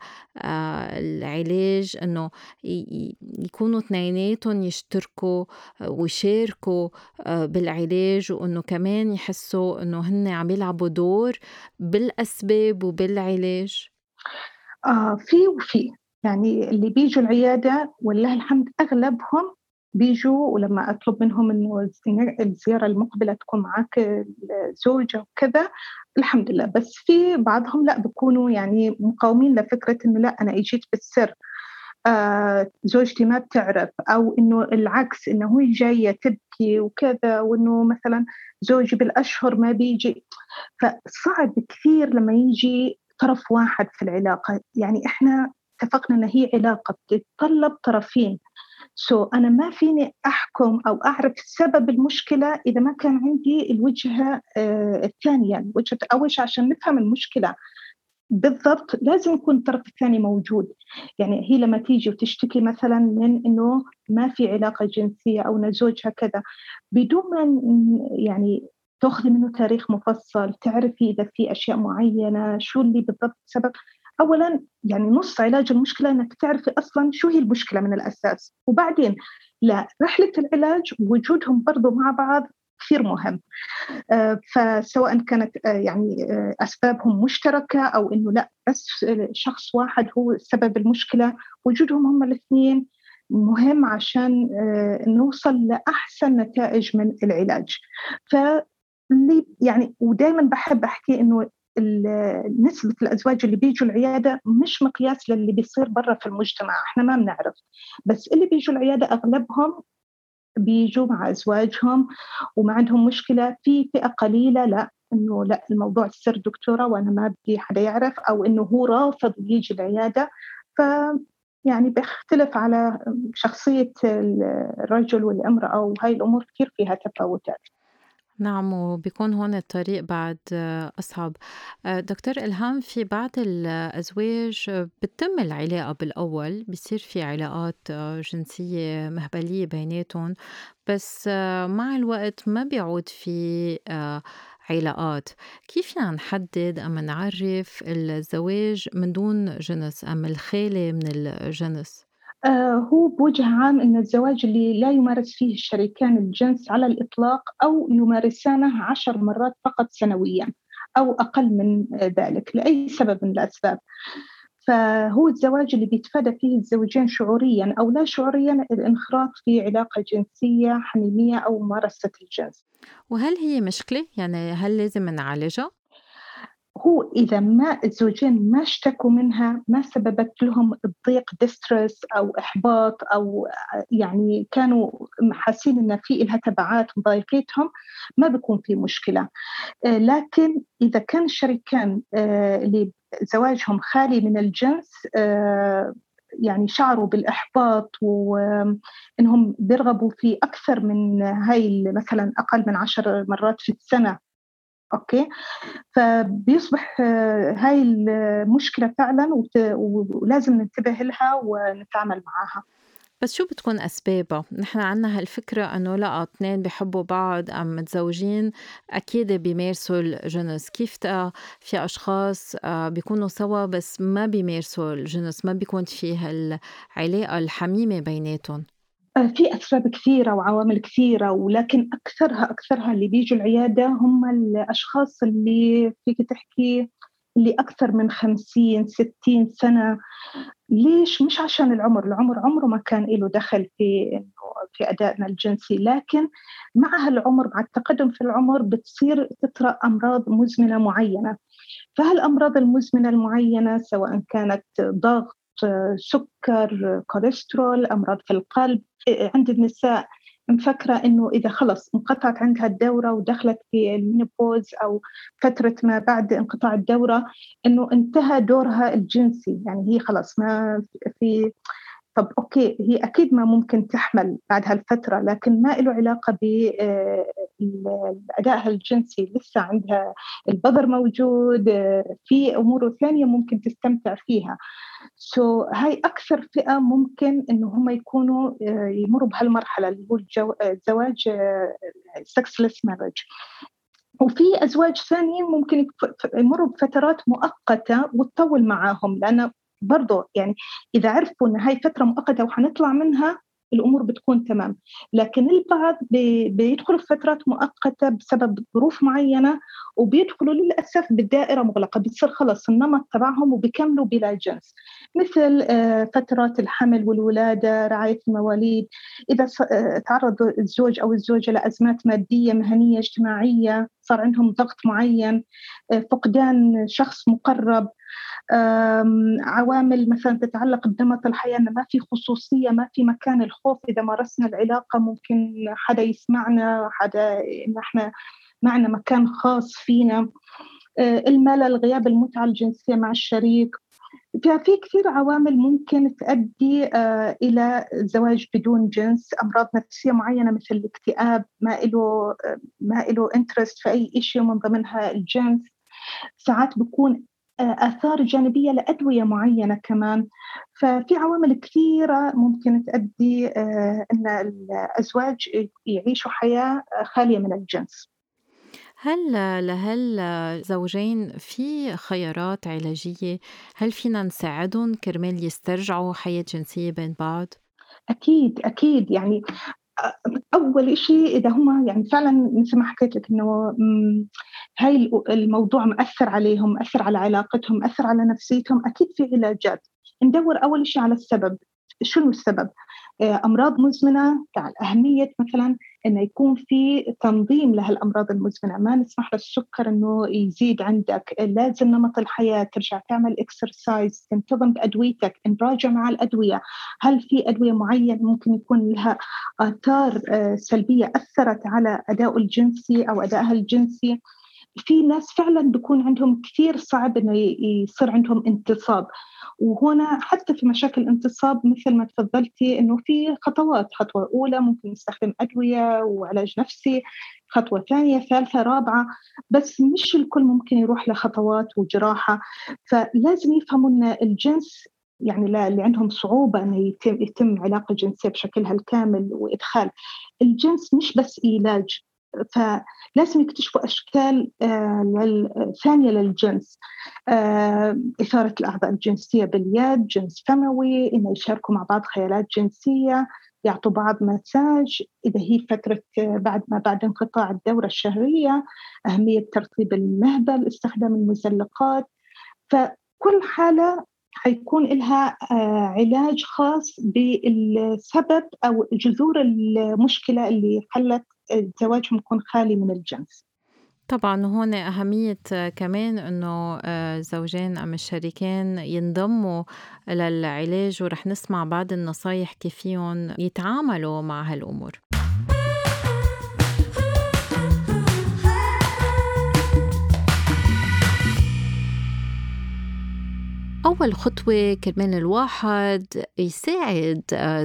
العلاج إنه يكونوا اتنيناتهم يشتركوا ويشاركوا بالعلاج، وإنه كمان يحسّوا إنه هن عم يلعبوا دور بالأسباب وبالعلاج؟ في وفي، يعني اللي بييجوا العيادة ولله الحمد أغلبهم بييجوا ولمّا أطلب منهم إنه الزيارة المقبلة تكون معاك الزوجة وكذا، الحمد لله، بس في بعضهم لأ بيكونوا يعني مقاومين لفكرة إنه لأ أنا أجيت بالسر. زوجتي ما بتعرف أو إنه العكس إنه هي جاية تبكي وكذا وإنه مثلًا زوجي بالأشهر ما بييجي، فصعب كثير لمّا ييجي طرف واحد في العلاقة، يعني إحنا اتفقنا إن هي علاقة بتتطلب طرفين، أنا ما فيني أحكم أو أعرف سبب المشكلة إذا ما كان عندي الوجهة الثانية، أول شي عشان نفهم المشكلة. بالضبط، لازم يكون الطرف الثاني موجود، يعني هي لمّا تيجي وتشتكي مثلًا من إنه ما في علاقة جنسية أو إن زوجها كذا، بدون ما يعني تاخذي منه تاريخ مفصل، تعرفي إذا في أشياء معيّنة، شو اللي بالضبط السبب، أولًا يعني نُص علاج المشكلة إنِّك تعرفي أصلًا شو هي المشكلة من الأساس، وبعدين رحلة العلاج وجودهم برضه مع بعض كثير مهم. فسواء كانت يعني أسبابهم مشتركة أو إنه لأ بس شخص واحد هو سبب المشكلة، وجودهم هم الاتنين مهم عشان نوصل لأحسن نتائج من العلاج. يعني ودايمًا باحب أحكي إنه نسبة الأزواج اللي بييجوا العيادة مش مقياس للي بيصير برّا في المجتمع، إحنا ما بنعرف، بس اللي بييجوا العيادة أغلبهم بييجوا مع أزواجهم وما عندهم مشكلة، في فئة قليلة لأ، إنه لأ الموضوع سِر دكتورة وأنا ما بدي حدا يعرف أو إنه هو رافض ييجي العيادة، ف يعني بيختلف على شخصية الرجل والامرأة وهاي الأمور كتير فيها تفاوتات. نعم، وبيكون هون الطريق بعد أصعب. دكتور إلهام، في بعض الأزواج بتتم العلاقة بالأول، بيصير في علاقات جنسية مهبلية بيناتهم، بس مع الوقت ما بيعود في علاقات. كيف فينا نحدد أما نعرف الزواج من دون جنس أم الخالي من الجنس؟ هو بوجه عام إن الزواج اللي لا يمارس فيه الشريكان الجنس على الإطلاق أو يمارسانه 10 مرات فقط سنويًا أو أقل من ذلك لأي سبب من الأسباب. فهو الزواج اللي بيتفادى فيه الزوجين شعوريًا أو لا شعوريًا الانخراط في علاقة جنسية حميمية أو ممارسة الجنس. وهل هي مشكلة؟ يعني هل لازم نعالجها؟ هو إذا ما الزوجين ما اشتكوا منها، ما سببت لهم الضيق distress أو إحباط أو يعني كانوا حاسين إن في إلها تبعات مضايقتهم، ما بيكون في مشكلة. لكن إذا كان الشريكان اللي زواجهم خالي من الجنس يعني شعروا بالإحباط وإنهم بيرغبوا في أكثر من هاي مثلًا أقل من 10 مرات في السنة، أوكي؟ فبيصبح هاي المشكلة فعلًا ولازم ننتبه لها ونتعامل معاها. بس شو بتكون أسبابها؟ نحن عنا هالفكرة إنه لأ، اتنين بيحبوا بعض أم متزوجين أكيد بيمارسوا الجنس. كيف في أشخاص بيكونوا سوا بس ما بيمارسوا الجنس، ما بيكون في هالعلاقة الحميمة بيناتهم؟ في أسباب كثيرة وعوامل كثيرة، ولكن أكثرها اللي بييجوا العيادة هم الأشخاص اللي فيكِ تحكي اللي أكثر من 50، 60 سنة. ليش؟ مش عشان العمر، العمر عمره ما كان له دخل في إنه في أدائنا الجنسي، لكن مع هالعمر مع التقدم في العمر بتصير تطرأ أمراض مزمنة معينة. فهالأمراض المزمنة المعينة سواء كانت ضغط، سكر، كوليسترول، أمراض في القلب، عند النساء مفكرة إنه إذا خلص انقطعت عندها الدورة ودخلت في المينوبوز أو فترة ما بعد انقطاع الدورة إنه انتهى دورها الجنسي، يعني هي خلاص ما في. طب أوكي، هي أكيد ما ممكن تحمل بعد هالفترة، لكن ما إله علاقة أدائها الجنسي، لسه عندها البظر موجود، في أمور ثانية ممكن تستمتع فيها. هاي أكثر فئة ممكن إنه هم يكونوا يمرّوا بهالمرحلة اللي هو الزواج sexless marriage. وفي أزواج ثانيين ممكن يمرّوا بفترات مؤقتة وتطوّل معاهم، لأن برضه يعني إذا عرفوا إن هاي فترة مؤقتة وحنطلع منها الأمور بتكون تمام، لكن البعض بيدخلوا في فترات مؤقتة بسبب ظروف معيّنة وبيدخلوا للأسف بدائرة مُغلقة، بتصير خلص النمط تبعهم وبيكملوا بلا جنس، مثل فترات الحمل والولادة، رعاية المواليد، إذا تعرّض الزوج أو الزوجة لأزمات مادية، مهنية، اجتماعية، صار عندهم ضغط معيّن، فقدان شخص مُقرّب، عوامل مثلًا تتعلق بنمط الحياة، إن ما في خصوصية، ما في مكان، الخوف إذا مارسنا العلاقة ممكن حدا يسمعنا، حدا إن إحنا معنا مكان خاص فينا، الملل، غياب المتعة الجنسية مع الشريك. ففي كثير عوامل ممكن تؤدي إلى زواج بدون جنس، أمراض نفسية معينة مثل الاكتئاب ما إله interest في أي إشي ومن ضمنها الجنس، ساعات بيكون آثار جانبية لأدوية معينة كمان، ففي عوامل كثيرة ممكن تؤدي إن الأزواج يعيشوا حياة خالية من الجنس. هل لهالزوجين في خيارات علاجية؟ هل فينا نساعدهم كرمال يسترجعوا حياة جنسية بين بعض؟ أكيد، أكيد، يعني أول إشي إذا هم يعني فعلًا مثل ما حكيت لِك إنه هاي الموضوع مأثّر عليهم، مأثّر على علاقتهم، مأثّر على نفسيتهم، أكيد في علاجات. ندوّر أول إشي على السبب، شنو السبب؟ أمراض مزمنة أهمية مثلًا إنه يكون في تنظيم لهالأمراض المزمنة، ما نسمح للسكر إنه يزيد عندك، لازم نمط الحياة، ترجع تعمل exercise، تنتظم بأدويتك، نراجع مع الأدوية، هل في أدوية معيّنة ممكن يكون لها آثار سلبية أثّرت على أدائه الجنسي أو أدائها الجنسي، في ناس فعلًا بيكون عندهم كثير صعب إنه يصير عندهم انتصاب، وهنا حتى في مشاكل الانتصاب مثل ما تفضّلتِ إنه في خطوات، خطوة أولى ممكن نستخدم أدوية وعلاج نفسي، خطوة ثانية، ثالثة، رابعة، بس مش الكل ممكن يروح لخطوات وجراحة، فلازم يفهموا إن الجنس يعني اللي عندهم صعوبة إنه يتم علاقة جنسية بشكلها الكامل وإدخال الجنس مش بس علاج، فلازم يكتشفوا أشكال ثانية للجنس، إثارة الأعضاء الجنسية باليد، جنس فموي، إنه يشاركوا مع بعض خيالات جنسية، يعطوا بعض مساج إذا هي فترة بعد انقطاع الدورة الشهرية، أهمية ترطيب المهبل، استخدام المزلقات، فكل حالة حيكون إلها علاج خاص بالسبب أو جذور المشكلة اللي خلّت زواجهم يكون خالي من الجنس. طبعًا هون أهمية كمان إنه الزوجين أم الشريكين ينضموا للعلاج، ورح نسمع بعض النصايح كيف فيهم يتعاملوا مع هالأمور. أول خطوة كرمال الواحد يساعد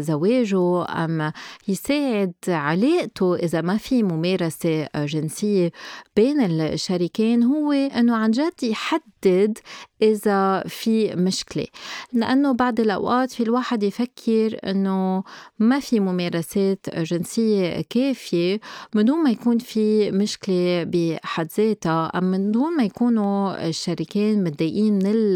زواجه أم يساعد علاقته إذا ما في ممارسة جنسية بين الشريكين هو إنه عن جد يحدد إذا في مشكلة، لأنه بعض الأوقات في الواحد يفكر إنه ما في ممارسات جنسية كافية من دون ما يكون في مشكلة بحد ذاتها، أم من دون ما يكونوا الشريكين متضايقين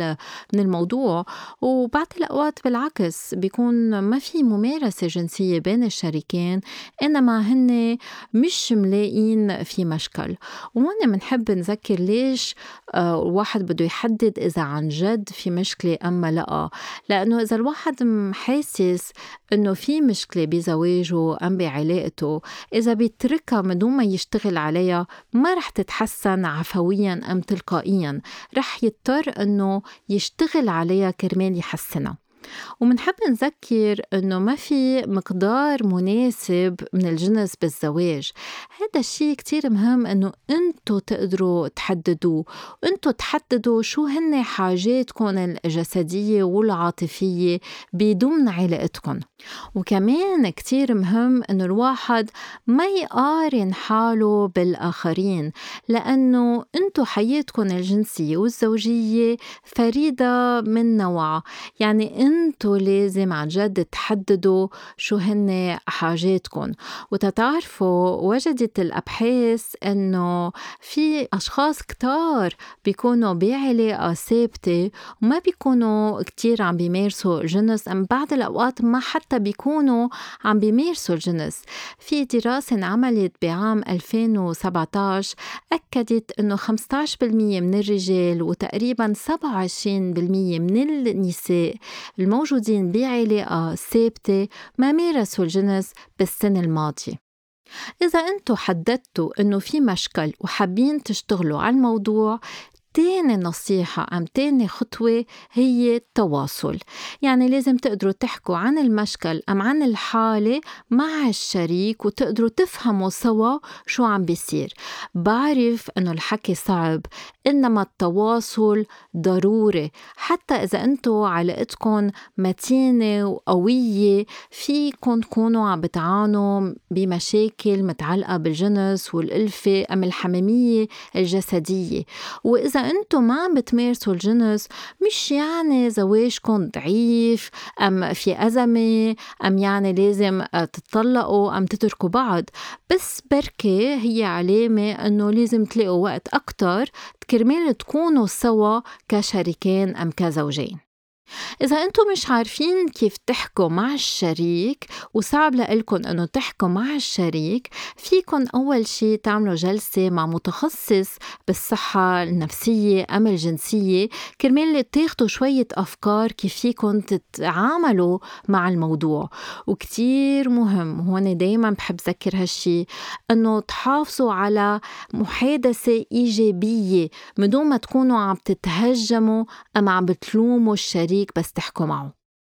من الموضوع. وبعض الأوقات بالعكس بيكون ما في ممارسة جنسية بين الشريكين، إنما هن مش ملاقين في مشكل. وهون منحب نذكر ليش الواحد بده يحدد إذا عن جد في مشكلة أما لأ، لأنه إذا الواحد حاسس إنه في مشكلة بزواجه أم بعلاقته، إذا بيتركها من دون ما يشتغل عليها ما رح تتحسن عفويا أم تلقائيا، رح يضطر إنه يشتغل عليها كرمال يحسنها. ومنحب نذكر إنه ما في مقدار مناسب من الجنس بالزواج. هذا الشيء كتير مهم إنه أنتوا تقدروا تحددوه، وأنتوا تحددوا شو هن حاجاتكم الجسدية والعاطفية بضمن علاقتكم. وكمان كتير مهم إنه الواحد ما يقارن حاله بالآخرين، لأنه أنتوا حياتكم الجنسية والزوجية فريدة من نوعها. يعني أنتوا لازم عن جد تحددوا شو هن حاجاتكم. وتتعرفوا وجدت الأبحاث أنه في أشخاص كتار بيكونوا بعلاقة ثابتة وما بيكونوا كتير عم بيمارسوا الجنس، أم بعض الأوقات ما حتى بيكونوا عم بيمارسوا الجنس. في دراسة انعملت بعام 2017 أكدت أنه 15% من الرجال وتقريبا 27% من النساء الموجودين بعلاقة ثابتة ما مارسوا الجنس بالسنة الماضية. إذا أنتوا حددتوا إنه في مشكل وحابين تشتغلوا على الموضوع، تاني نصيحة أم تاني خطوة هي التواصل. يعني لازم تقدروا تحكوا عن المشكل أم عن الحالة مع الشريك وتقدروا تفهموا سوا شو عم بيصير. بعرف أنه الحكي صعب، إنما التواصل ضروري. حتى إذا أنتوا علاقتكم متينة وقوية، فيكن تكونوا عم بتعانوا بمشاكل متعلقة بالجنس والألفة أم الحميمية الجسدية. وإذا أنتم ما عم بتمارسوا الجنس، مش يعني زواجكم ضعيف أم في أزمة أم يعني لازم تطلقوا أم تتركوا بعض، بس بركة هي علامة أنه لازم تلاقوا وقت أكتر كرمال تكونوا سوا كشريكين أم كزوجين. إذا أنتم مش عارفين كيف تحكوا مع الشريك وصعب لإلكم أنه تحكوا مع الشريك، فيكن أول شي تعملوا جلسة مع متخصص بالصحة النفسية أم الجنسية كرمال تاخدوا شوية أفكار كيف فيكن تتعاملوا مع الموضوع. وكتير مهم هون دايما بحب ذكر هالشي، أنه تحافظوا على محادثة إيجابية من دون ما تكونوا عم تتهجموا أم عم بتلوموا الشريك بس تحكوا معه.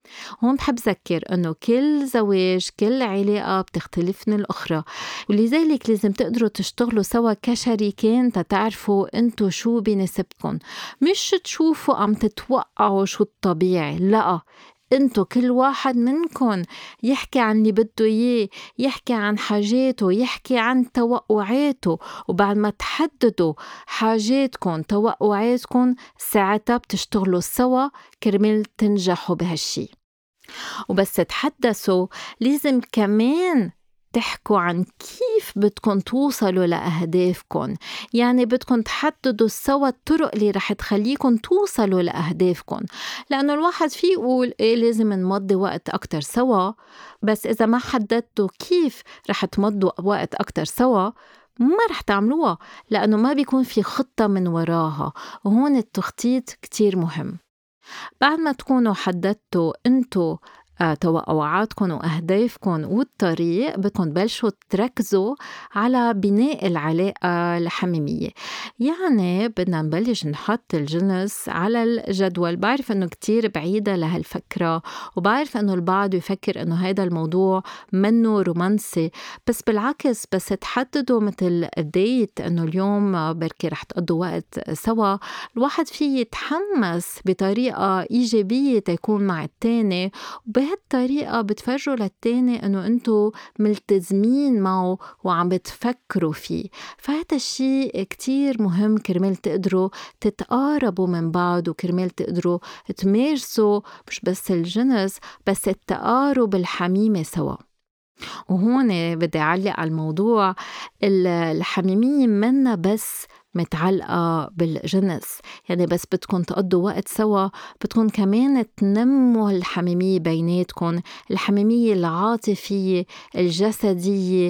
هون بحب ذكر إنه كل زواج كل علاقة بتختلف من الأخرى، ولذلك لازم تقدروا تشتغلوا سوا كشريكين تتعرفوا انتو شو بيناسبكن، مش تشوفوا عم تتوقعوا شو الطبيعي. لا، انتو كل واحد منكن يحكي عن اللي بده اياه، يحكي عن حاجاته، يحكي عن توقعاته، وبعد ما تحددوا حاجاتكن توقعاتكن ساعتها بتشتغلوا سوا كرمال تنجحوا بهالشي. وبس تتحدثوا لازم كمان تحكوا عن كيف بدكن توصلوا لأهدافكن، يعني بدكن تحددوا سوا الطرق اللي رح تخليكن توصلوا لأهدافكن، لأنه الواحد فيه يقول إيه لازم نمضي وقت أكتر سوا، بس إذا ما حددتوا كيف رح تمضوا وقت أكتر سوا ما رح تعملوها، لأنه ما بيكون في خطة من وراها. وهون التخطيط كتير مهم. بعد ما تكونوا حددتوا انتو توقعاتكن وأهدافكن والطريق، بدكن تبلشوا تركزوا على بناء العلاقة الحميمية. يعني بدنا نبلش نحط الجنس على الجدول. بعرف انه كتير بعيدة لهالفكرة، وبعرف انه البعض يفكر انه هيدا الموضوع منه رومانسي، بس بالعكس بس تحددوا مثل ديت انه اليوم بركي رح تقضوا وقت سوا، الواحد فيه يتحمس بطريقة إيجابية تيكون مع التاني، وبهالطريقة بتفرجوا للتاني إنه أنتوا ملتزمين معه وعم بتفكروا فيه. فهذا الشيء كتير مهم كرمال تقدروا تتقاربوا من بعض، وكرمال تقدروا تمارسوا مش بس الجنس بس التقارب الحميمي سوا. وهون بدي أعلق على الموضوع، الحميمية منا بس متعلقة بالجنس، يعني بس بدكن تقضوا وقت سوا بدكن كمان تنموا الحميمية بيناتكن، الحميمية العاطفية الجسدية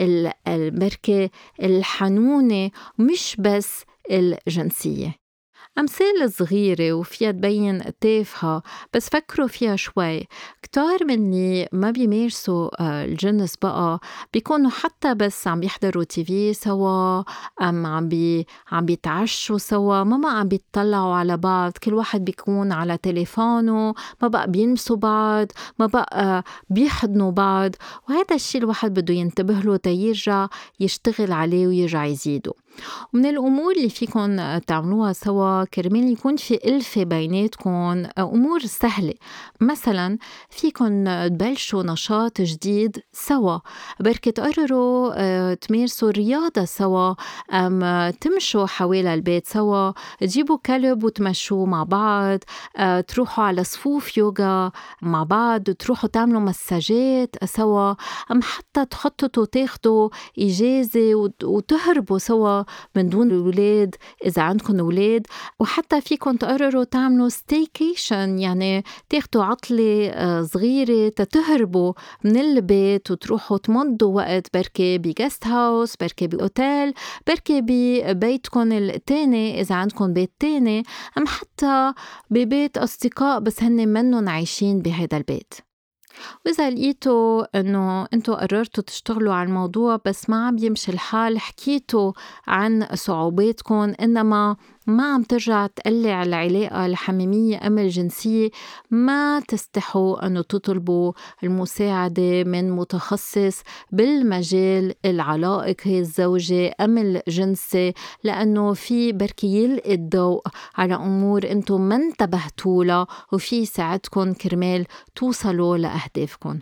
البركة الحنونة، مش بس الجنسية. أمثال صغيرة وفيها تبين تافهة، بس فكروا فيها شوي. كتار من اللي ما بيمارسوا الجنس بقى بيكونوا حتى بس عم بيحضروا تيفي سوا، أم عم بيتعشوا سوا، ما عم بيطلعوا على بعض، كل واحد بيكون على تليفونه، ما بقى بيلمسوا بعض، ما بقى بيحضنوا بعض. وهذا الشيء الواحد بده ينتبه له تيرجع يشتغل عليه ويرجع يزيده. ومن الأمور اللي فيكن تعملوها سوا كرمال يكون في ألفة بيناتكن أمور سهلة. مثلا فيكن تبلشوا نشاط جديد سوا، بركة تقرروا تمارسوا رياضة سوا، أم تمشوا حوالي البيت سوا، تجيبوا كلب وتمشوا مع بعض، تروحوا على صفوف يوغا مع بعض، تروحوا تعملوا مساجات سوا، أم حتى تخططوا تاخدوا إجازة وتهربوا سوا من دون الولاد إذا عندكن ولاد. وحتى فيكن تقرروا تعملوا ستيكيشن، يعني تاخدوا عطلة صغيرة تتهربوا من البيت وتروحوا تمضوا وقت بركي بجست هاوس، بركي بأوتيل، بركي ببيتكن التاني إذا عندكن بيت تاني، أم حتى ببيت أصدقاء بس هن منن عايشين بهذا البيت. وإذا لقيتوا إنه أنتوا قررتوا تشتغلوا على الموضوع بس ما عم يمشي الحال، حكيتوا عن صعوباتكم، إنما ما عم ترجع تقلع العلاقة الحميمية أم الجنسية، ما تستحوا أنه تطلبوا المساعدة من متخصص بالمجال العلائق الزوجي أم الجنسي، لأنه في بركي يلقي الضوء على أمور أنتم ما انتبهتوا لها، وفي يساعدكم كرمال توصلوا لأهدافكم.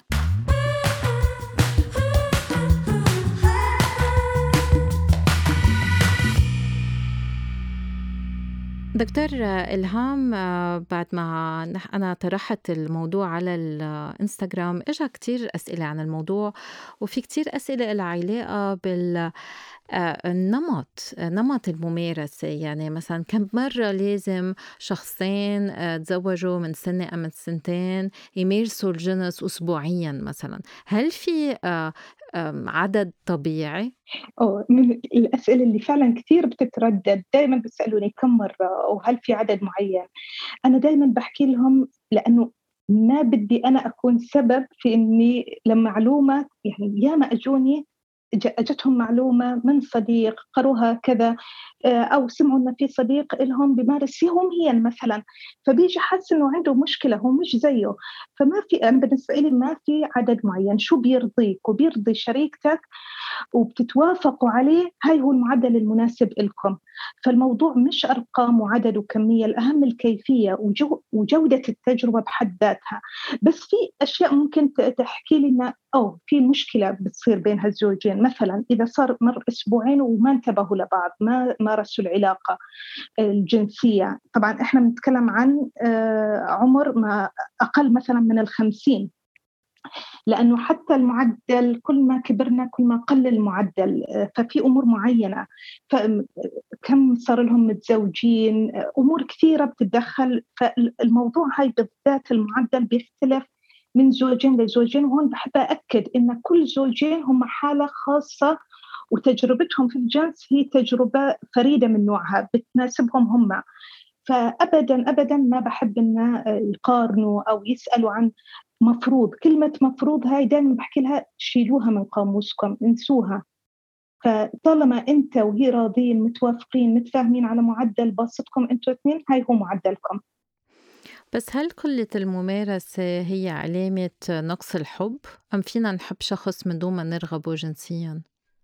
دكتور إلهام، بعد ما أنا طرحت الموضوع على الإنستغرام إجا كتير أسئلة عن الموضوع، وفي كتير أسئلة إلها علاقة نمط الممارسة. يعني مثلا كم مرة لازم شخصين تزوجوا من سنة أم من سنتين يمارسوا الجنس أسبوعيا مثلا؟ هل في عدد طبيعي؟ من الأسئلة اللي فعلا كثير بتتردد، دائما بيسألوني كم مرة وهل في عدد معين. أنا دائما بحكي لهم لأنه ما بدي أنا أكون سبب في إني لما معلومة، يعني ياما أجوني أجتهم معلومة من صديق قروها كذا، أو سمعوا إن في صديق إلهم بيمارس يوميًا مثلًا، فبييجي حاسس إنه عنده مشكلة هو مش زيه، فما في، أنا بالنسبة إلي ما في عدد معين، شو بيرضيك وبيرضي شريكتك وبتتوافقوا عليه، هاي هو المعدل المناسب إلكم. فالموضوع مش أرقام وعدد وكمية، الأهم الكيفية وجودة التجربة بحد ذاتها. بس في أشياء ممكن تحكي لي إن في مشكلة بتصير بين هالزوجين، مثلا إذا صار مر أسبوعين وما انتبهوا لبعض، ما مارسوا العلاقة الجنسية. طبعا إحنا بنتكلم عن عمر ما أقل مثلا من 50، لأنه حتى المعدل كل ما كبرنا كل ما قل المعدل، ففي أمور معينة، كم صار لهم متزوجين، أمور كثيرة بتتدخل، فالموضوع هاي بالذات المعدل بيختلف من زوجين لزوجين. وهون بحب أأكد إن كل زوجين هم حالة خاصة، وتجربتهم في الجنس هي تجربة فريدة من نوعها بتناسبهم هم. فأبدا أبدا ما بحب إن يقارنوا أو يسألوا عن مفروض. كلمة مفروض هاي دائما بحكي لها شيلوها من قاموسكم، انسوها. فطالما أنت وهي راضين متوافقين متفاهمين على معدل باسطكم أنتوا الاثنين، هاي هو معدلكم. بس هل قلة الممارسة هي علامة نقص الحب؟ أم فينا نحب شخص من دون ما نرغبه جنسيًا؟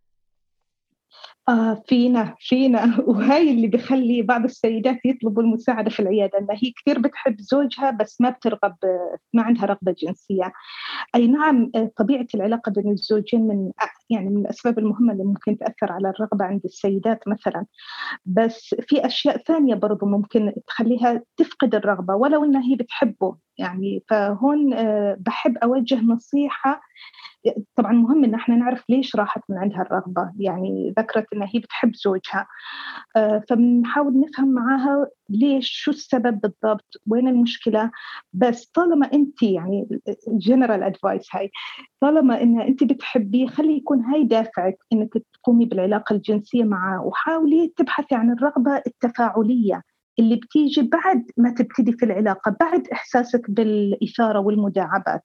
فينا وهاي اللي بيخلّي بعض السيدات يطلبوا المساعدة في العيادة، إن هي كتير بتحب زوجها بس ما بترغب، ما عندها رغبة جنسية. أي نعم، طبيعة العلاقة بين الزوجين يعني من الأسباب المهمة اللي ممكن تأثّر على الرغبة عند السيدات مثلًا، بس في أشياء ثانية برضه ممكن تخلّيها تفقد الرغبة ولو إنها هي بتحبه. يعني فهون باحب أوجّه نصيحة. طبعًا مهم إن إحنا نعرف ليش راحت من عندها الرغبة، يعني ذكرت إن هي بتحب زوجها، فبنحاول نفهم معاها ليش، شو السبب بالضبط، وين المشكلة. بس طالما أنتِ يعني الgeneral advice هاي، طالما إن أنتِ بتحبيه خلّي يكون هاي دافعِك إنِّك تقومي بالعلاقة الجنسية معاه، وحاولي تبحثي عن الرغبة التفاعلية اللي بتيجي بعد ما تبتدي في العلاقة، بعد إحساسِك بالإثارة والمداعبات.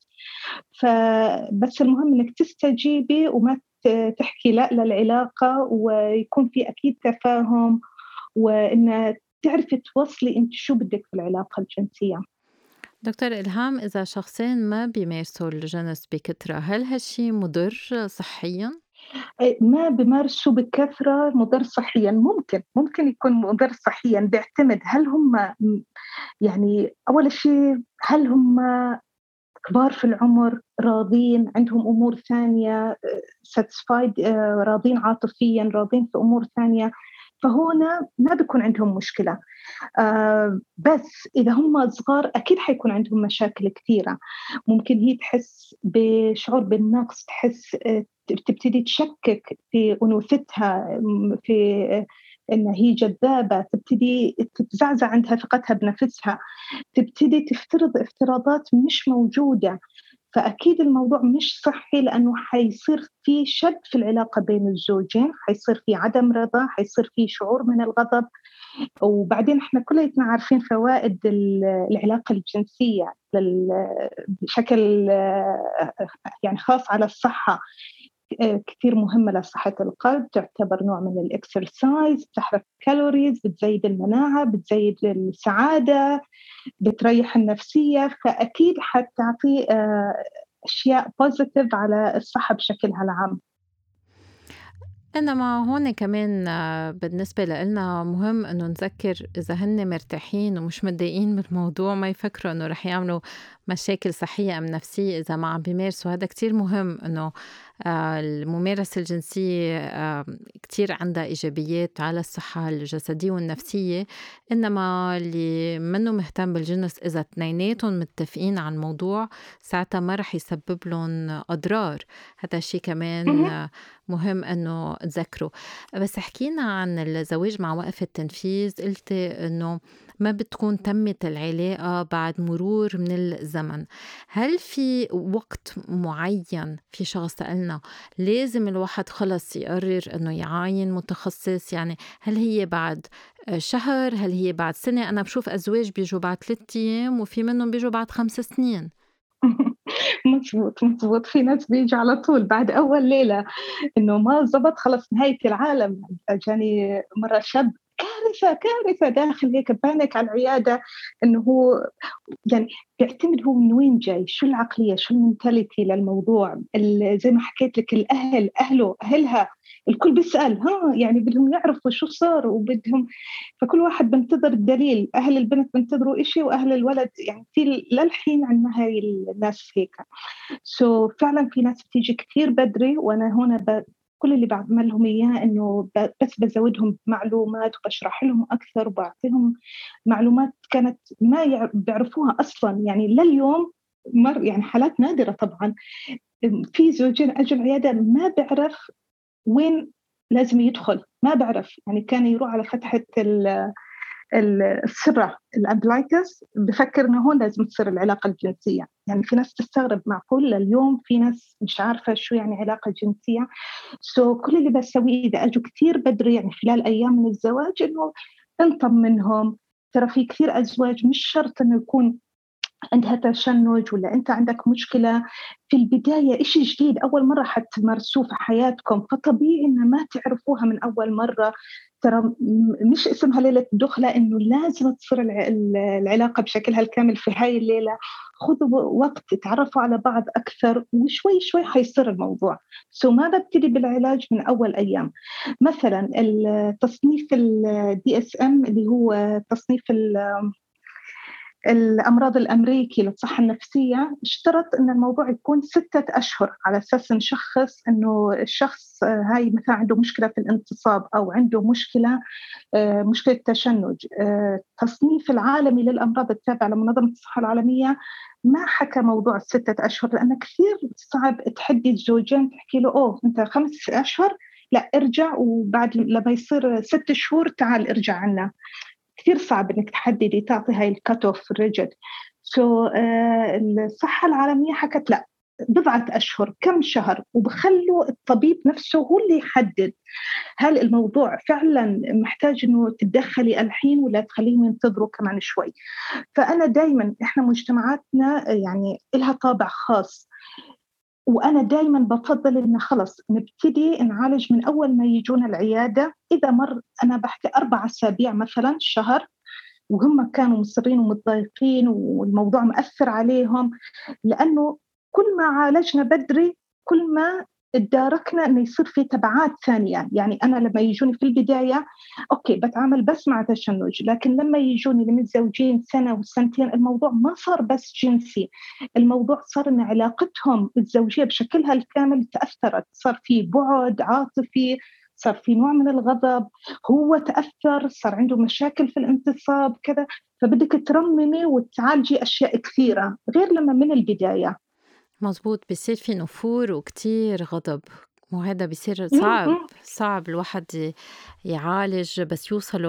فبس المهم إنِّك تستجيبي وما تحكي لأ للعلاقة، ويكون في أكيد تفاهم، وإن تعرفي توصلي أنتِ شو بدِّك في العلاقة الجنسية. دكتور إلهام، إذا شخصين ما بيمارسوا الجنس بكترة، هل هالشي مُضر صحيًا؟ ما بيمارسوا بكثرة مُضر صحيًا، ممكن يكون مُضر صحيًا، بيعتمد هل هم يعني أول شي هل هم كبار في العمر، راضين، عندهم أمور ثانية satisfied، راضين عاطفيًا، راضين في أمور ثانية، فهنا ما بيكون عندهم مشكلة. بس إذا هم صغار أكيد حيكون عندهم مشاكل كثيرة، ممكن هي تحس بشعور بالنقص، تحس تبتدي تشكك في أنوثتها، في إن هي جذابة، تبتدي تتزعزع عندها ثقتها بنفسها، تبتدي تفترض افتراضات مش موجودة. فأكيد الموضوع مش صحّي، لأنه حيصير في شد في العلاقة بين الزوجين، حيصير في عدم رضا، حيصير في شعور من الغضب. وبعدين إحنا كلّياتنا عارفين فوائد العلاقة الجنسية بشكل يعني خاص على الصحة. كتير مهمة لصحة القلب، تعتبر نوع من الexercise، بتحرق كالوريز، بتزيد المناعة، بتزيد السعادة، بتريّح النفسية، فأكيد حتعطي أشياء positive على الصحة بشكلها العام. إنما هون كمان بالنسبة لإلنا مهم إنه نذكّر إذا هن مرتاحين ومش متضايقين من الموضوع ما يفكروا إنه رح يعملوا مشاكل صحية أم نفسية إذا ما عم بيمارسوا. هذا كتير مهم إنه الممارسة الجنسية كتير عندها إيجابيات على الصحة الجسدية والنفسية. إنما اللي منّو مهتم بالجنس إذا اتنيناتهم متّفقين على الموضوع ساعتها ما رح يسبب لهم أضرار. هذا الشي كمان اهم. مهم إنه تذكره. بس حكينا عن الزواج مع وقف التنفيذ، قلتِ إنه ما بتكون تمت العلاقة بعد مرور من الزمن. هل في وقت معين في شخص سألنا لازم الواحد خلص يقرر إنه يعاين متخصص؟ يعني هل هي بعد شهر؟ هل هي بعد سنة؟ أنا بشوف أزواج بيجوا بعد 3 أيام وفي منهم بيجوا بعد 5 سنين. مضبوط، مضبوط. في ناس بييجوا على طول بعد أول ليلة إنه ما ضبط خلاص نهاية العالم. جاني مرة شاب كارثة، كارثة داخل هيك panic على العيادة، إنه هو يعني بيعتمد هو من وين جاي، شو العقلية، شو الmentality للموضوع. زي ما حكيت لِك الأهل، أهله، أهلها، الكل بيسأل، يعني بدهم يعرفوا شو صار وبدهم. فكل واحد بينتظر الدليل، أهل البنت بينتظروا إشي وأهل الولد، يعني في للحين عندنا هاي الناس هيك. فعلًا في ناس بتيجي كتير بدري، وأنا هون كل اللي باعملهم إياه إنه بس بازوّدهم بمعلومات وباشرح لهم أكثر وباعطيهم معلومات كانت ما بيعرفوها أصلًا. يعني لليوم يعني حالات نادرة طبعًا، في زوجين أجوا العيادة ما بيعرف وين لازم يدخل، ما بيعرف. يعني كان يروح على فتحة السرة الأمبلايكس بفكر إنه هون لازم تصير العلاقة الجنسية. يعني في ناس تستغرب، معقول لليوم في ناس مش عارفة شو يعني علاقة جنسية. كل اللي باسويه إذا أجوا كتير بدري يعني خلال أيام من الزواج إنه نطمنهم. ترى في كثير أزواج مش شرط إنه يكون عندها تشنُّج والّا أنت عندك مشكلة في البداية، إشي جديد أول مرّة حتمارسوه في حياتكم، فطبيعي إن ما تعرفوها من أول مرّة. ترى مش اسمها ليلة دُخلة إنه لازم تصير العلاقة بشكلها الكامل في هاي الليلة. خُذوا وقت اتعرّفوا على بعض أكثر وشوي، شوي حيصير الموضوع. ما بابتدي بالعلاج من أول أيام. مثلًا تصنيف الDSM اللي هو تصنيف الأمراض الأمريكي للصحة النفسية، اشترط إن الموضوع يكون 6 أشهر على أساس نشخّص إنه الشخص هاي مثلًا عنده مشكلة في الانتصاب أو عنده مشكلة تشنُّج. التصنيف العالمي للأمراض التابع لمنظمة الصحة العالمية ما حكى موضوع ال6 أشهر، لأنه كثير صعب تحدّي الزوجين تحكي له أوه أنت 5 أشهر، لأ ارجع وبعد لمّا يصير 6 شهور تعال ارجع عنا. كتير صعب إنِّك تحدّدي تعطي هاي الcut off rigid. الصحة العالمية حكت لأ، بضعة أشهر، كم شهر، وبخلّوا الطبيب نفسه هو اللي يحدد هل الموضوع فعلًا محتاج إنه تتدخّلي الحين والّا تخلّيهم ينتظروا كمان شوي. فأنا دايمًا إحنا مجتمعاتنا يعني إلها طابع خاص، وأنا دايمًا بافضّل إن خلص نبتدي نعالج من أول ما ييجونا العيادة. إذا مَر أنا باحكي 4 أسابيع مثلًا، شهر، وهُم كانوا مُصرّين ومتضايقين والموضوع مأثّر عليهم، لإنه كل ما عالجنا بدري كل ما ادّاركنا إنه يصير في تبعات ثانية. يعني أنا لمّا ييجوني في البداية أوكي باتعامل بس مع تشنُّج، لكن لمّا ييجوني اللي متزوجين سَنة وسنتين الموضوع ما صار بس جنسي، الموضوع صار إن علاقتهم الزوجية بشكلها الكامل تأثّرت، صار في بُعد عاطفي، صار في نوع من الغضب، هو تأثّر، صار عنده مشاكل في الانتصاب كذا. فبدِك ترمّمي وتعالجي أشياء كثيرة غير لمّا من البداية. مزبوط، بيصير في نفور وكتير غضب، وهذا بيصير إمم، صعب، إمم. صعب الواحد يعالج بس يوصلوا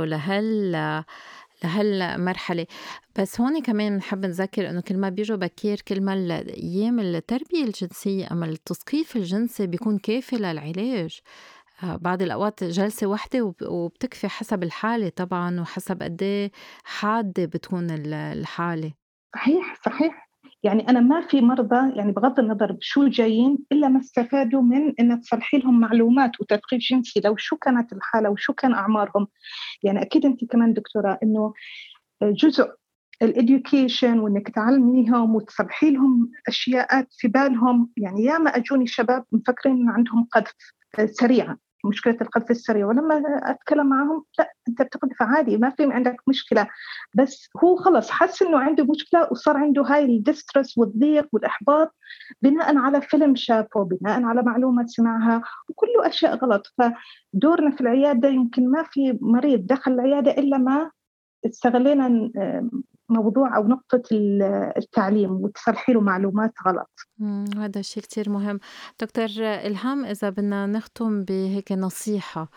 لهالمرحلة. بس هون كمان بنحب نذكر إنه كل ما بيجوا بكير كل ما أيام التربية الجنسية أما التثقيف الجنسي بيكون كافي للعلاج. بعض الأوقات جلسة واحدة وبتكفي حسب الحالة طبعًا وحسب قد إيه حادة بتكون الحالة. صحيح، صحيح. يعني أنا ما في مرضى يعني بغض النظر بشو جايين إلا ما استفادوا من إن تصلحي لهم معلومات وتثقيف جنسي لو شو كانت الحالة وشو كان أعمارهم. يعني أكيد أنتِ كمان دكتورة إنه جزء الeducation وإنِّك تعلميهم وتصلحي لهم أشياءات في بالهم. يعني ياما أجوني شباب مفكرين إن عندهم قذف سريع، مشكلة القذف السريع، ولمّا أتكلم معاهم لأ أنت بتقذف عادي ما في عندك مشكلة. بس هو خلص حس إنه عنده مشكلة وصار عنده هاي الdistress والضيق والإحباط بناءً على فيلم شافه، بناءً على معلومة سمعها، وكلّه أشياء غلط. فدورنا في العيادة يمكن ما في مريض دخل العيادة إلا ما استغلينا موضوع أو نقطة التعليم وتصلحي له معلومات غلط. هذا الشيء كتير مهم. دكتور إلهام، إذا بدنا نختم بهيك نصيحة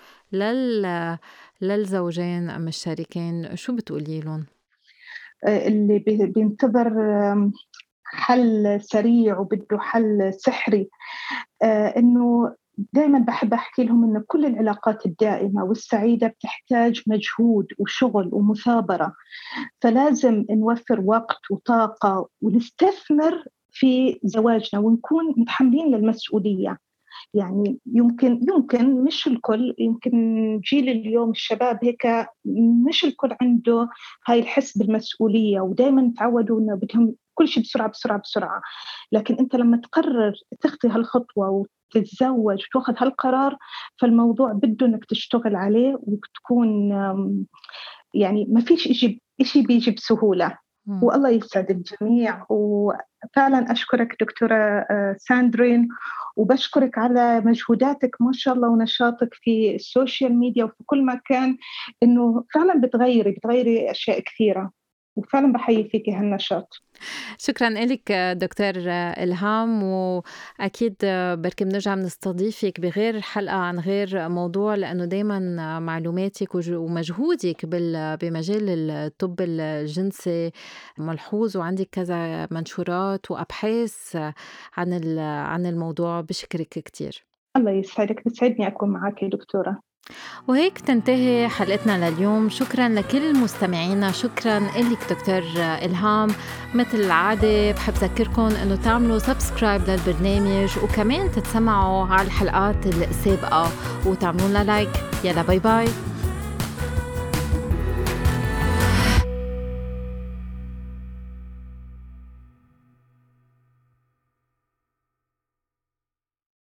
للزوجين أم الشريكين شو بتقولي لهم؟ اللي بينتظر حل سريع وبده حل سحري، إنه دايمًا باحب أحكي لهم إن كل العلاقات الدائمة والسعيدة بتحتاج مجهود وشغل ومثابرة. فلازم نوفّر وقت وطاقة ونستثمر في زواجنا ونكون متحملين للمسؤولية. يعني يمكن مش الكل، يمكن جيل اليوم الشباب هيك مش الكل عنده هاي الحس بالمسؤولية، ودايمًا تعودوا إنه بدهم كل شي بسرعة، بسرعة، بسرعة. لكن أنت لمّا تقرر تخطي هالخطوة وتتزوج وتاخذ هالقرار، فالموضوع بده إنك تشتغل عليه وتكون يعني ما فيش إشي بيجي بسهولة. إمم. والله يسعد الجميع، وفعلًا أشكرك دكتورة ساندرين، وباشكرِك على مجهوداتِك ما شاء الله ونشاطِك في السوشيال ميديا وفي كل مكان، إنه فعلًا بتغيّري أشياء كثيرة، وفعلًا باحيي فيكِ هالنشاط. شكرًا إلِك دكتور إلهام، وأكيد بركي بنرجع بنستضيفِك بغير حلقة عن غير موضوع، لإنه دايمًا معلوماتِك ومجهودِك بمجال الطب الجنسي ملحوظ، وعندِك كذا منشورات وأبحاث عن الموضوع. باشكرِك كتير. الله يسعدِك، بيسعدني أكون معاكِ دكتورة. وهيك تنتهي حلقتنا لليوم. شكرا لكل مستمعينا، شكرا إلك دكتور إلهام. مثل العادة بحب ذكركم أنه تعملوا سبسكرايب للبرنامج، وكمان تتسمعوا على الحلقات السابقة وتعملوا لنا لايك. يلا باي باي.